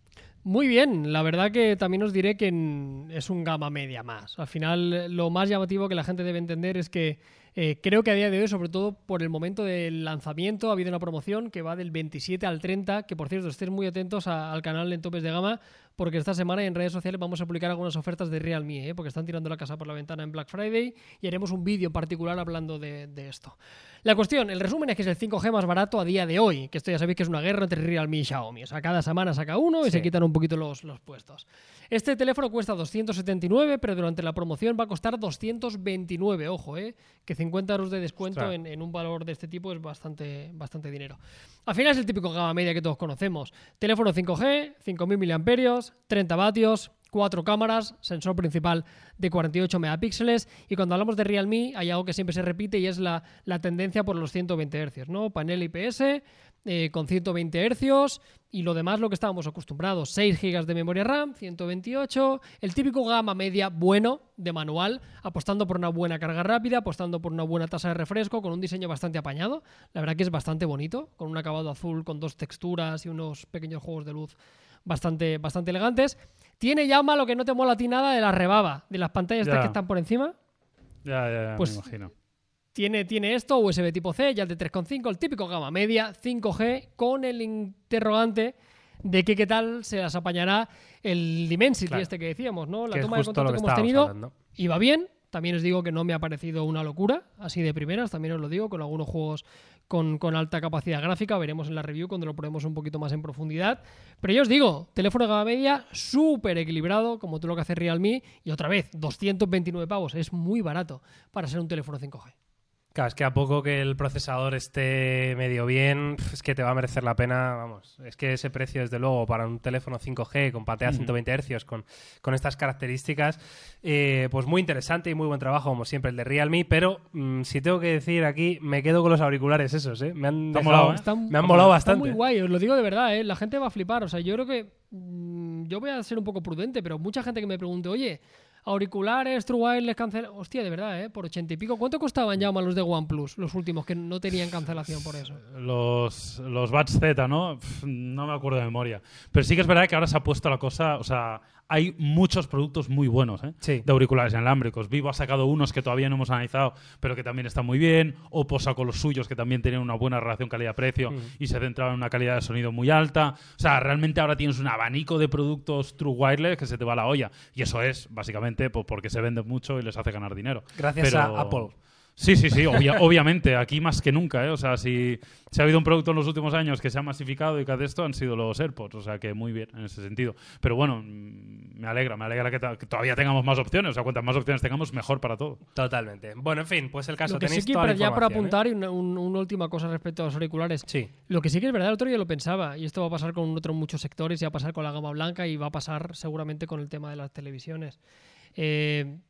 Muy bien, la verdad que también os diré que en- es un gama media más. Al final, lo más llamativo que la gente debe entender es que eh, creo que a día de hoy, sobre todo por el momento del lanzamiento, ha habido una promoción que va del veintisiete al treinta, que por cierto, estén muy atentos a- al canal en Topes de Gama, porque esta semana en redes sociales vamos a publicar algunas ofertas de Realme, ¿eh? Porque están tirando la casa por la ventana en Black Friday y haremos un vídeo en particular hablando de, de esto. La cuestión, el resumen es que es el cinco G más barato a día de hoy, que esto ya sabéis que es una guerra entre Realme y Xiaomi. O sea, cada semana saca uno y Sí. se quitan un poquito los, los puestos. Este teléfono cuesta doscientos setenta y nueve, pero durante la promoción va a costar doscientos veintinueve. Ojo, eh, que cincuenta euros de descuento Ostras. en, en un valor de este tipo es bastante, bastante dinero. Al final es el típico gama media que todos conocemos. Teléfono cinco G, cinco mil miliamperios hora, treinta vatios, cuatro cámaras, sensor principal de cuarenta y ocho megapíxeles, y cuando hablamos de Realme hay algo que siempre se repite y es la, la tendencia por los ciento veinte hercios, ¿no? Panel I P S eh, con ciento veinte hercios y lo demás lo que estábamos acostumbrados, seis gigas de memoria RAM, ciento veintiocho, el típico gama media bueno de manual, apostando por una buena carga rápida, apostando por una buena tasa de refresco, con un diseño bastante apañado, la verdad que es bastante bonito, con un acabado azul, con dos texturas y unos pequeños juegos de luz bastante, bastante elegantes. Tiene llama lo que no te mola a ti nada de la rebaba, de las pantallas estas Ya. que están por encima. Ya, ya, ya, Pues- me imagino. Tiene, tiene esto, U S B tipo C, ya el de tres coma cinco, el típico gama media, cinco G, con el interrogante de que qué tal se las apañará el Dimensity Claro. este que decíamos, ¿no? La Que es toma de justo lo contacto que que hemos estábamos tenido hablando. iba bien. También os digo que no me ha parecido una locura, así de primeras, también os lo digo, con algunos juegos con, con alta capacidad gráfica, veremos en la review cuando lo probemos un poquito más en profundidad. Pero yo os digo, teléfono de gama media, súper equilibrado, como todo lo que hace Realme, y otra vez, doscientos veintinueve pavos, es muy barato para ser un teléfono cinco G. Claro, es que a poco que el procesador esté medio bien, pf, es que te va a merecer la pena, vamos. Es que ese precio, desde luego, para un teléfono cinco G con pantalla a ciento veinte hercios, con, con estas características, eh, pues muy interesante y muy buen trabajo, como siempre, el de Realme. Pero mm, si tengo que decir aquí, me quedo con los auriculares esos, ¿eh? Me han, Te ha dejado- molado, ¿eh? Están- me han molado Está bastante. muy guay, os lo digo de verdad, ¿eh? La gente va a flipar. O sea, yo creo que. mm, yo voy a ser un poco prudente, pero mucha gente que me pregunte, oye, auriculares, True Wireless, cancel. Hostia, de verdad, ¿eh? Por ochenta y pico. ¿Cuánto costaban ya los de OnePlus, los últimos, que no tenían cancelación por eso? Los, los Buds Z, ¿no? Pff, no me acuerdo de memoria. Pero sí que es verdad que ahora se ha puesto la cosa, o sea, hay muchos productos muy buenos, ¿eh? Sí. De auriculares inalámbricos. Vivo ha sacado unos que todavía no hemos analizado, pero que también están muy bien. Oppo sacó los suyos, que también tienen una buena relación calidad-precio Mm. y se centraban en una calidad de sonido muy alta. O sea, realmente ahora tienes un abanico de productos True Wireless que se te va a la olla. Y eso es, básicamente, pues, porque se venden mucho y les hace ganar dinero. Gracias Pero- a Apple. Sí, sí, sí, obvia- obviamente, aquí más que nunca, ¿eh? O sea, si, si ha habido un producto en los últimos años que se ha masificado y que hace esto, han sido los AirPods, o sea, que muy bien en ese sentido. Pero bueno, mm, me alegra, me alegra que, ta- que todavía tengamos más opciones, o sea, cuantas más opciones tengamos, mejor para todo. Totalmente. Bueno, en fin, pues el caso Lo que sí tenéis que, toda la para, ya para información, ¿eh? apuntar, y una, un- una última cosa respecto a los auriculares. Sí. Lo que sí que es verdad, el otro día lo pensaba, y esto va a pasar con otros muchos sectores, y va a pasar con la gama blanca, y va a pasar seguramente con el tema de las televisiones. Eh,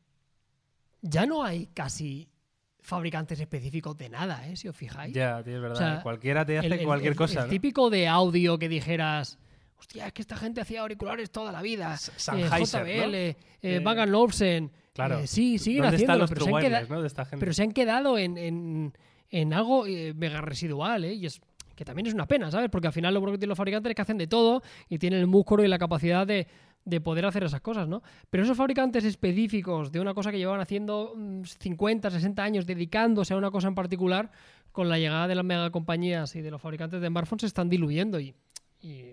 ya no hay casi fabricantes específicos de nada, ¿eh? Si os fijáis. Ya, tío, es verdad. O sea, ¿eh? Cualquiera te hace El- el- cualquier el- cosa, el ¿no? típico de audio que dijeras, hostia, es que esta gente hacía auriculares toda la vida. S- Eh, Sennheiser, J B L, eh, Eh, Bang and Olufsen. Claro. Eh, sí, siguen ¿Dónde están haciéndolo, los pero True se, han Wireless, queda- ¿no? de esta gente? pero se han quedado en, en- en algo eh, mega residual, ¿eh? Y es que también es una pena, ¿sabes? Porque al final lo bueno que tienen los fabricantes es que hacen de todo y tienen el músculo y la capacidad de, de poder hacer esas cosas, ¿no? Pero esos fabricantes específicos de una cosa que llevaban haciendo mm, cincuenta, sesenta años dedicándose a una cosa en particular, con la llegada de las megacompañías y de los fabricantes de smartphones se están diluyendo y, y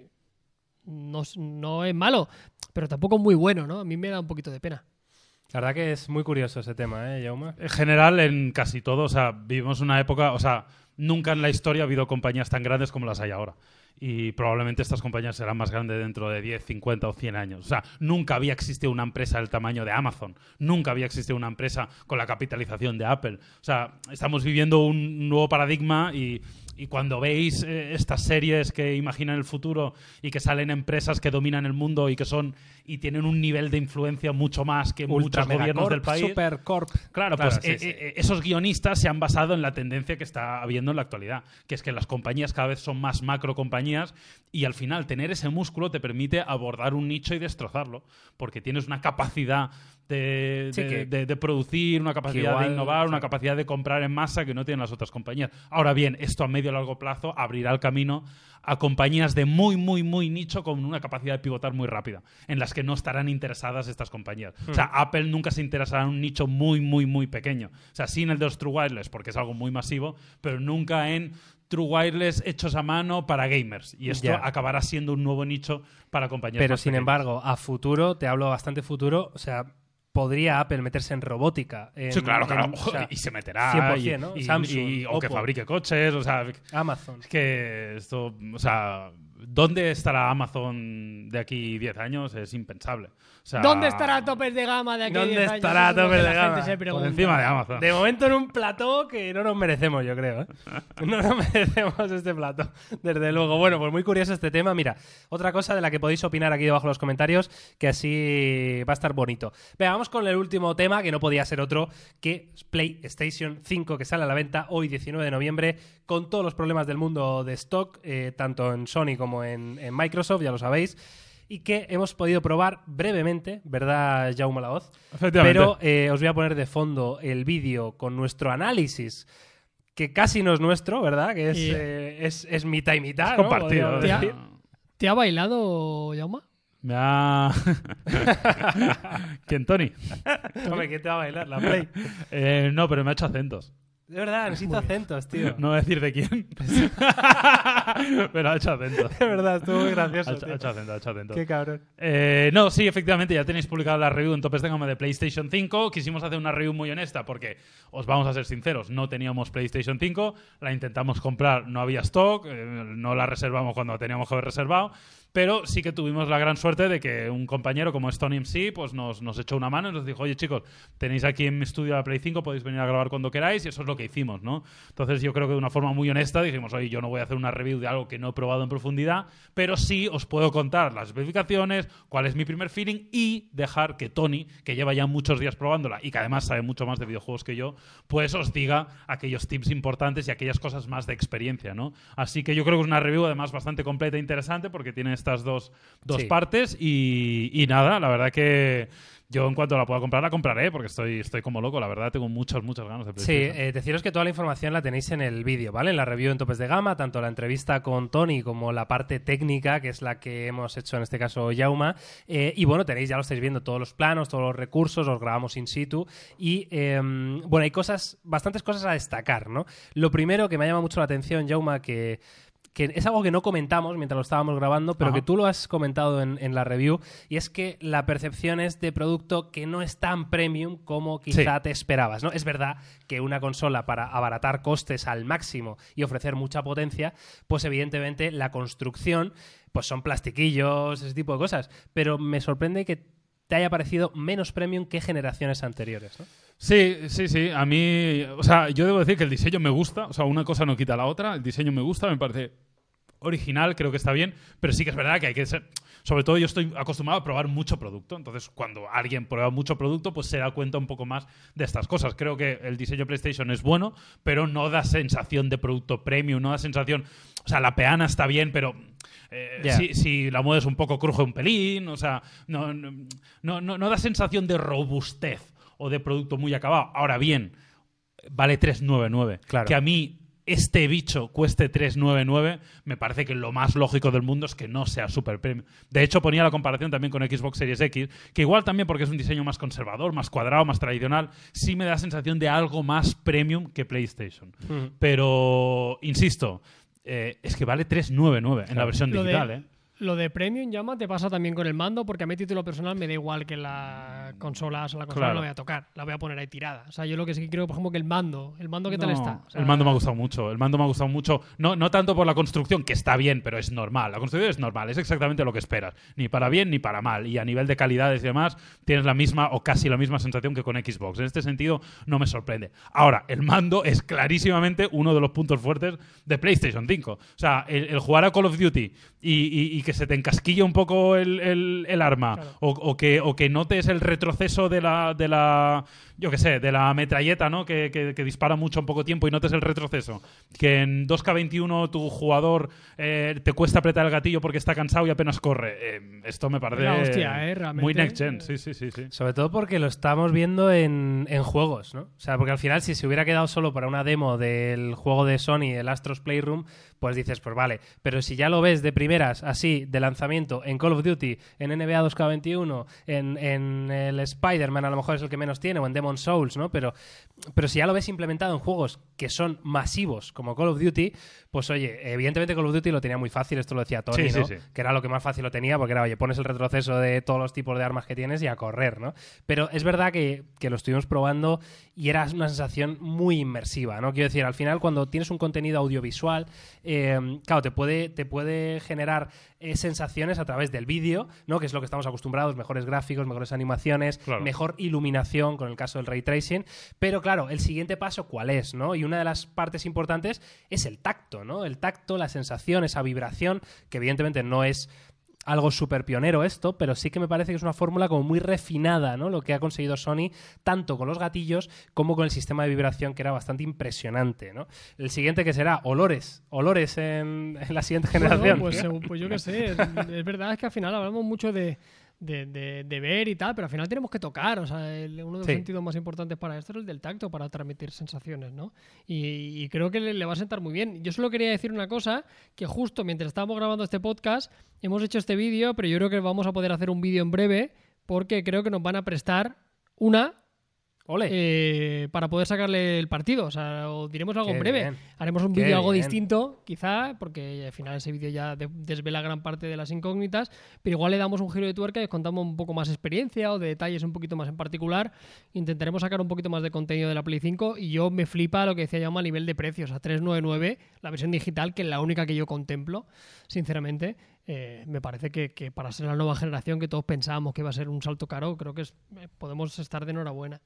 no, no es malo, pero tampoco es muy bueno, ¿no? A mí me da un poquito de pena. La verdad que es muy curioso ese tema, ¿eh, Jaume? En general, en casi todo, o sea, vivimos una época, o sea, nunca en la historia ha habido compañías tan grandes como las hay ahora. Y probablemente estas compañías serán más grandes dentro de diez, cincuenta o cien años. O sea, nunca había existido una empresa del tamaño de Amazon. Nunca había existido una empresa con la capitalización de Apple. O sea, estamos viviendo un nuevo paradigma y, y cuando veis eh, estas series que imaginan el futuro y que salen empresas que dominan el mundo y que son y tienen un nivel de influencia mucho más que Ultra muchos gobiernos Megacorp, del país. Supercorp. Claro, Claro, pues sí, eh, sí. eh, esos guionistas se han basado en la tendencia que está habiendo en la actualidad, que es que las compañías cada vez son más macro compañías y al final tener ese músculo te permite abordar un nicho y destrozarlo, porque tienes una capacidad de, Sí, de, que- de- de producir, una capacidad igual, de innovar, una claro. capacidad de comprar en masa que no tienen las otras compañías. Ahora bien, esto a medio y largo plazo abrirá el camino a compañías de muy, muy, muy nicho con una capacidad de pivotar muy rápida, en las que no estarán interesadas estas compañías. O sea, Apple nunca se interesará en un nicho muy, muy, muy pequeño. O sea, sí en el de los True Wireless, porque es algo muy masivo, pero nunca en True Wireless hechos a mano para gamers. Y esto Ya. acabará siendo un nuevo nicho para compañías Pero más sin pequeñas. embargo, a futuro, te hablo bastante futuro, o sea, podría Apple meterse en robótica. En, Sí, claro, claro. en- o sea, y se meterá. cien por y- cien, ¿no? y- Samsung, y- o que Oppo. fabrique coches. O sea, Amazon. es que esto, o sea, ¿dónde estará Amazon de aquí diez años? Es impensable. O sea, ¿Dónde estará Topes de Gama de aquí a ¿Dónde diez años? estará Eso es lo Topes que de la Gama? gente se por pregunta. encima de Amazon? De momento en un plató que no nos merecemos, yo creo. ¿eh? No nos merecemos este plató, desde luego. Bueno, pues muy curioso este tema. Mira, otra cosa de la que podéis opinar aquí debajo en los comentarios, que así va a estar bonito. Venga, vamos con el último tema, que no podía ser otro que PlayStation cinco, que sale a la venta hoy, diecinueve de noviembre, con todos los problemas del mundo de stock, eh, tanto en Sony como en, en Microsoft, ya lo sabéis. Y que hemos podido probar brevemente, ¿verdad, Jaume Laoz? Efectivamente. Pero eh, os voy a poner de fondo el vídeo con nuestro análisis, que casi no es nuestro, ¿verdad? Que es, Y- eh, es, es mitad y mitad, Es ¿no? compartido. Podríamos Te ha- decir. ¿Te ha bailado, Jaume? Me ha... ¿Quién, Tony? Hombre, ¿qué te va a bailar? La Play. Eh, no, pero me ha hecho acentos. De verdad, nos hizo acentos, tío. No voy a decir de quién. Pero ha hecho acentos. De verdad, estuvo muy Ha gracioso, hecho, ha tío. hecho acentos, ha hecho acentos. Qué cabrón. Eh, no, sí, efectivamente, ya tenéis publicada la review en Topes de Gama de PlayStation cinco. Quisimos hacer una review muy honesta porque, os vamos a ser sinceros, no teníamos PlayStation cinco, la intentamos comprar, no había stock, eh, no la reservamos cuando teníamos que haber reservado, pero sí que tuvimos la gran suerte de que un compañero como es Tony M C pues nos, nos echó una mano y nos dijo, oye chicos, tenéis aquí en mi estudio la Play cinco, podéis venir a grabar cuando queráis, y eso es lo que hicimos, ¿no? Entonces yo creo que de una forma muy honesta dijimos, oye, yo no voy a hacer una review de algo que no he probado en profundidad, pero sí os puedo contar las especificaciones, cuál es mi primer feeling, y dejar que Tony, que lleva ya muchos días probándola y que además sabe mucho más de videojuegos que yo, pues os diga aquellos tips importantes y aquellas cosas más de experiencia, ¿no? Así que yo creo que es una review además bastante completa e interesante porque tiene estas dos, dos Sí. partes y, y nada, la verdad que yo en cuanto la pueda comprar la compraré porque estoy, estoy como loco, la verdad tengo muchas, muchas ganas de Sí, PlayStation. eh, deciros que toda la información la tenéis en el vídeo, ¿vale? En la review en Topes de Gama, tanto la entrevista con Tony como la parte técnica, que es la que hemos hecho en este caso Jauma. Eh, y bueno, tenéis, ya lo estáis viendo, todos los planos, todos los recursos, los grabamos in situ. Y eh, bueno, hay cosas, bastantes cosas a destacar, ¿no? Lo primero que me ha llamado mucho la atención, Jauma, que que es algo que no comentamos mientras lo estábamos grabando, pero Ajá. que tú lo has comentado en, en la review, y es que la percepción es de producto que no es tan premium como quizá Sí. te esperabas, ¿no? Es verdad que una consola para abaratar costes al máximo y ofrecer mucha potencia, pues evidentemente la construcción pues son plastiquillos, ese tipo de cosas, pero me sorprende que te haya parecido menos premium que generaciones anteriores, ¿no? Sí, sí, sí. A mí, o sea, yo debo decir que el diseño me gusta. O sea, una cosa no quita la otra. El diseño me gusta, me parece original, creo que está bien. Pero sí que es verdad que hay que ser... Sobre todo yo estoy acostumbrado a probar mucho producto. Entonces, cuando alguien prueba mucho producto, pues se da cuenta un poco más de estas cosas. Creo que el diseño de PlayStation es bueno, pero no da sensación de producto premium, no da sensación... O sea, la peana está bien, pero... Eh, Yeah. si, si la mueves un poco, cruje un pelín. O sea, no, no, no, no, no da sensación de robustez o de producto muy acabado. Ahora bien, vale tres noventa y nueve. Claro. Que a mí este bicho cueste trescientos noventa y nueve, me parece que lo más lógico del mundo es que no sea super premium. De hecho, ponía la comparación también con Xbox Series X, que igual también porque es un diseño más conservador, más cuadrado, más tradicional, sí me da la sensación de algo más premium que PlayStation. Mm. Pero, insisto, eh, es que vale trescientos noventa y nueve en claro. la versión lo digital, de, ¿eh? Lo de Premium, llama, te pasa también con el mando, porque a mí título personal me da igual que la consola, o sea, la consola claro. no la voy a tocar, la voy a poner ahí tirada. O sea, yo lo que sí que creo, por ejemplo, que el mando, ¿el mando qué no, tal está? O sea, el mando me ha gustado mucho, el mando me ha gustado mucho, no, no tanto por la construcción, que está bien, pero es normal, la construcción es normal, es exactamente lo que esperas, ni para bien ni para mal, y a nivel de calidades y demás, tienes la misma o casi la misma sensación que con Xbox. En este sentido, no me sorprende. Ahora, el mando es clarísimamente uno de los puntos fuertes de PlayStation cinco. O sea, el, el jugar a Call of Duty y, y, y que se te encasquille un poco el, el, el arma, claro. o, o, que, o que notes el retroceso de la, de la yo qué sé, de la metralleta, ¿no? Que, que, que dispara mucho en poco tiempo y notes el retroceso. Que en dos K veintiuno tu jugador eh, te cuesta apretar el gatillo porque está cansado y apenas corre. Eh, esto me parece la hostia, ¿eh? muy next gen. Sí, sí, sí, sí. Sobre todo porque lo estamos viendo en, en juegos, ¿no? O sea, porque al final si se hubiera quedado solo para una demo del juego de Sony, el Astro's Playroom, pues dices, pues vale. Pero si ya lo ves de primeras, así, de lanzamiento, en Call of Duty, en N B A dos K veintiuno, en, en el Spider-Man a lo mejor es el que menos tiene, o en Demon's Souls, ¿no? Pero, pero si ya lo ves implementado en juegos que son masivos, como Call of Duty, pues oye, evidentemente Call of Duty lo tenía muy fácil, esto lo decía Tony, sí, ¿no? Sí, sí. Que era lo que más fácil lo tenía, porque era, oye, pones el retroceso de todos los tipos de armas que tienes y a correr, ¿no? Pero es verdad que, que lo estuvimos probando y era una sensación muy inmersiva, ¿no? Quiero decir, al final cuando tienes un contenido audiovisual, eh, claro, te puede, te puede generar eh, sensaciones a través del vídeo, ¿no? Que es lo que estamos acostumbrados, mejores gráficos, mejores animaciones, claro. mejor iluminación con el caso del ray tracing, pero claro, el siguiente paso ¿cuál es, no? Y una de las partes importantes es el tacto, ¿no? El tacto, la sensación, esa vibración, que evidentemente no es algo súper pionero esto, pero sí que me parece que es una fórmula como muy refinada, ¿no? Lo que ha conseguido Sony, tanto con los gatillos como con el sistema de vibración, que era bastante impresionante, ¿no? El siguiente que será olores, olores en, en la siguiente generación. Bueno, pues, pues yo qué sé, es, es verdad es que al final hablamos mucho de De, de, de ver y tal, pero al final tenemos que tocar, o sea, el, uno de los sí. sentidos más importantes para esto es el del tacto, para transmitir sensaciones, ¿no? Y, y creo que le, le va a sentar muy bien. Yo solo quería decir una cosa, que justo mientras estábamos grabando este podcast, hemos hecho este vídeo, pero yo creo que vamos a poder hacer un vídeo en breve, porque creo que nos van a prestar una... Ole. Eh, para poder sacarle el partido, o sea, o diremos algo Qué en breve. Bien. Haremos un Qué vídeo algo bien. distinto, quizá, porque al final ese vídeo ya de- desvela gran parte de las incógnitas, pero igual le damos un giro de tuerca y os contamos un poco más experiencia o de detalles un poquito más en particular. Intentaremos sacar un poquito más de contenido de la Play cinco y yo me flipa lo que decía Jaume a nivel de precios, a trescientos noventa y nueve, la versión digital, que es la única que yo contemplo, sinceramente. Eh, me parece que, que para ser la nueva generación que todos pensábamos que iba a ser un salto caro, creo que es, eh, podemos estar de enhorabuena.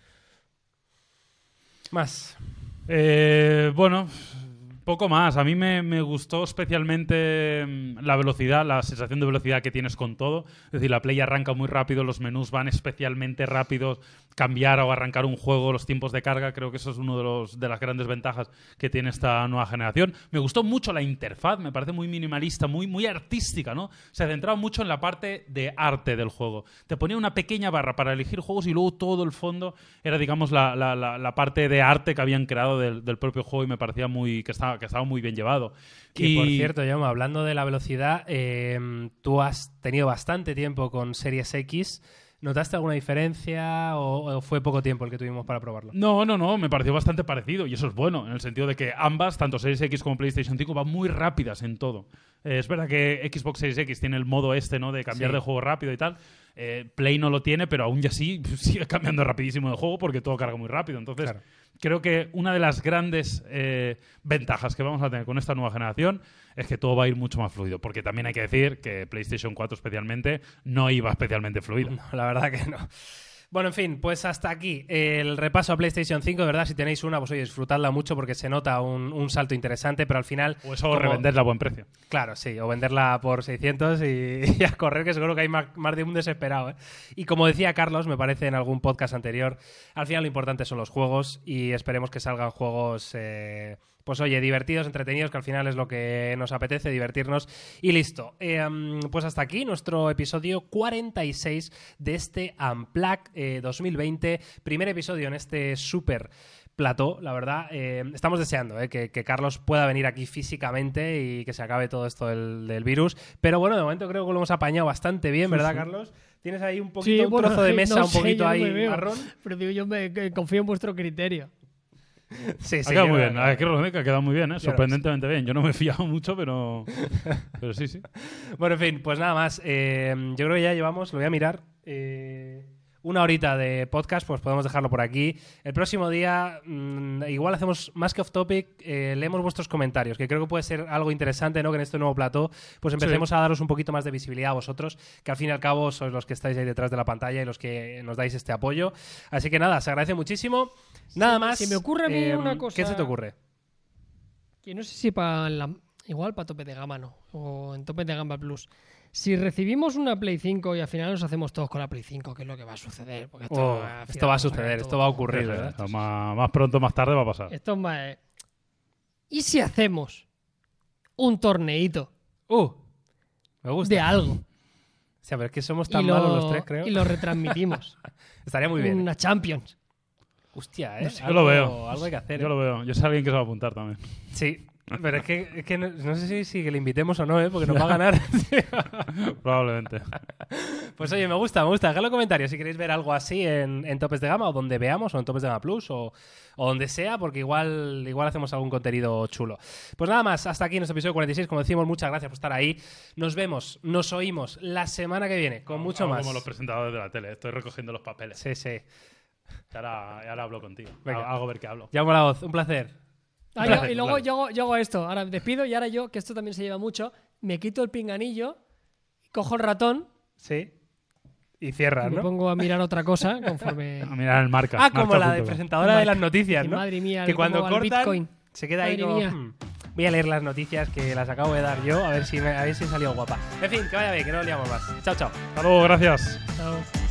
Más. Eh, bueno, poco más. A mí me, me gustó especialmente mm, la velocidad, la sensación de velocidad que tienes con todo. Es decir, la Play arranca muy rápido, los menús van especialmente rápidos. Cambiar o arrancar un juego, los tiempos de carga, creo que eso es uno de, los, de las grandes ventajas que tiene esta nueva generación. Me gustó mucho la interfaz, me parece muy minimalista, muy, muy artística, ¿no? Se centraba mucho en la parte de arte del juego. Te ponía una pequeña barra para elegir juegos y luego todo el fondo era, digamos, la, la, la, la parte de arte que habían creado del, del propio juego y me parecía muy que estaba, que estaba muy bien llevado. Que y por cierto, Jaume, hablando de la velocidad, eh, tú has tenido bastante tiempo con Series X. ¿Notaste alguna diferencia o, o fue poco tiempo el que tuvimos para probarlo? No, no, no, me pareció bastante parecido y eso es bueno, en el sentido de que ambas, tanto Series X como PlayStation cinco, van muy rápidas en todo. Eh, es verdad que Xbox Series X tiene el modo este, ¿no?, de cambiar Sí. de juego rápido y tal. Eh, Play no lo tiene, pero aún y así sigue cambiando rapidísimo de juego porque todo carga muy rápido. Entonces, Claro. creo que una de las grandes eh, ventajas que vamos a tener con esta nueva generación es que todo va a ir mucho más fluido. Porque también hay que decir que PlayStation cuatro especialmente no iba especialmente fluido. No, la verdad que no. Bueno, en fin, pues hasta aquí el repaso a PlayStation cinco, de verdad, si tenéis una, pues oye, disfrutadla mucho porque se nota un, un salto interesante, pero al final... O eso, como- revenderla a buen precio. Claro, sí, o venderla por seiscientos y, y a correr, que seguro que hay más, más de un desesperado, ¿eh? Y como decía Carlos, me parece en algún podcast anterior, al final lo importante son los juegos y esperemos que salgan juegos, eh, pues oye, divertidos, entretenidos, que al final es lo que nos apetece, divertirnos y listo. Eh, um, pues hasta aquí nuestro episodio cuarenta y seis de este Unplugged eh, dos mil veinte, primer episodio en este súper plató, la verdad. Eh, estamos deseando eh, que, que Carlos pueda venir aquí físicamente y que se acabe todo esto del, del virus. Pero bueno, de momento creo que lo hemos apañado bastante bien, ¿verdad, sí, sí. Carlos? Tienes ahí un poquito, sí, un bueno, trozo de mesa, no un poquito sé, ahí no marrón. Pero digo, yo me que confío en vuestro criterio. Sí, sí, ha quedado muy creo, bien, ha quedado, ha quedado muy bien, ¿eh? Sorprendentemente bien. Yo no me he fiado mucho, pero, pero sí, sí. Bueno, en fin, pues nada más. Eh, yo creo que ya llevamos, lo voy a mirar, eh, una horita de podcast, pues podemos dejarlo por aquí. El próximo día, mmm, igual hacemos más que off topic, eh, leemos vuestros comentarios, que creo que puede ser algo interesante, ¿no? Que en este nuevo plató, pues empecemos sí. a daros un poquito más de visibilidad a vosotros, que al fin y al cabo sois los que estáis ahí detrás de la pantalla y los que nos dais este apoyo. Así que nada, se agradece muchísimo. Nada sí, más. Si me ocurre a mí eh, una cosa. ¿Qué se te ocurre? Que no sé si para la, igual para tope de gama no, o en tope de gama plus. Si recibimos una Play cinco y al final nos hacemos todos con la Play cinco, que es lo que va a suceder. Porque esto, oh, esto va a suceder, esto va a ocurrir, ¿verdad? ¿verdad? Más, más pronto, más tarde va a pasar. Esto es más... ¿Y si hacemos un torneito? Uh, me gusta. De algo. O sea, pero es que somos tan lo, malos los tres, creo. Y lo retransmitimos. Estaría muy bien. Una Champions. Hostia, ¿eh? No sé, algo, yo lo veo. Algo hay que hacer. Yo ¿eh? lo veo. Yo sé alguien que se va a apuntar también. Sí. Pero es que, es que no, no sé si, si que le invitemos o no, ¿eh? Porque nos va a ganar. Probablemente. Pues oye, me gusta, me gusta. Dejadlo en comentarios si queréis ver algo así en, en Topes de Gama o donde veamos, o en Topes de Gama Plus o, o donde sea, porque igual, igual hacemos algún contenido chulo. Pues nada más, hasta aquí nuestro episodio cuarenta y seis. Como decimos, muchas gracias por estar ahí. Nos vemos, nos oímos la semana que viene con mucho Hago más. como los presentadores de la tele. Estoy recogiendo los papeles. Sí, sí. Y ahora, y ahora hablo contigo. Venga. Hago ver qué hablo. Llamo la voz. Un placer. Ah, yo, y luego yo hago, yo hago esto. Ahora despido y ahora yo, que esto también se lleva mucho, me quito el pinganillo, cojo el ratón. Sí. Y cierras, y ¿no? Me pongo a mirar otra cosa conforme. A mirar el marca. Ah, como marca la de punto com. presentadora de las noticias, ¿no? Madre mía, que cuando cortan Bitcoin. se queda ahí Madre como... mía. Hmm, voy a leer las noticias que las acabo de dar yo, a ver si me, a ver si he salido guapa. En fin, que vaya bien, que no liamos más. Chao, chao. Hasta luego, gracias. Chao.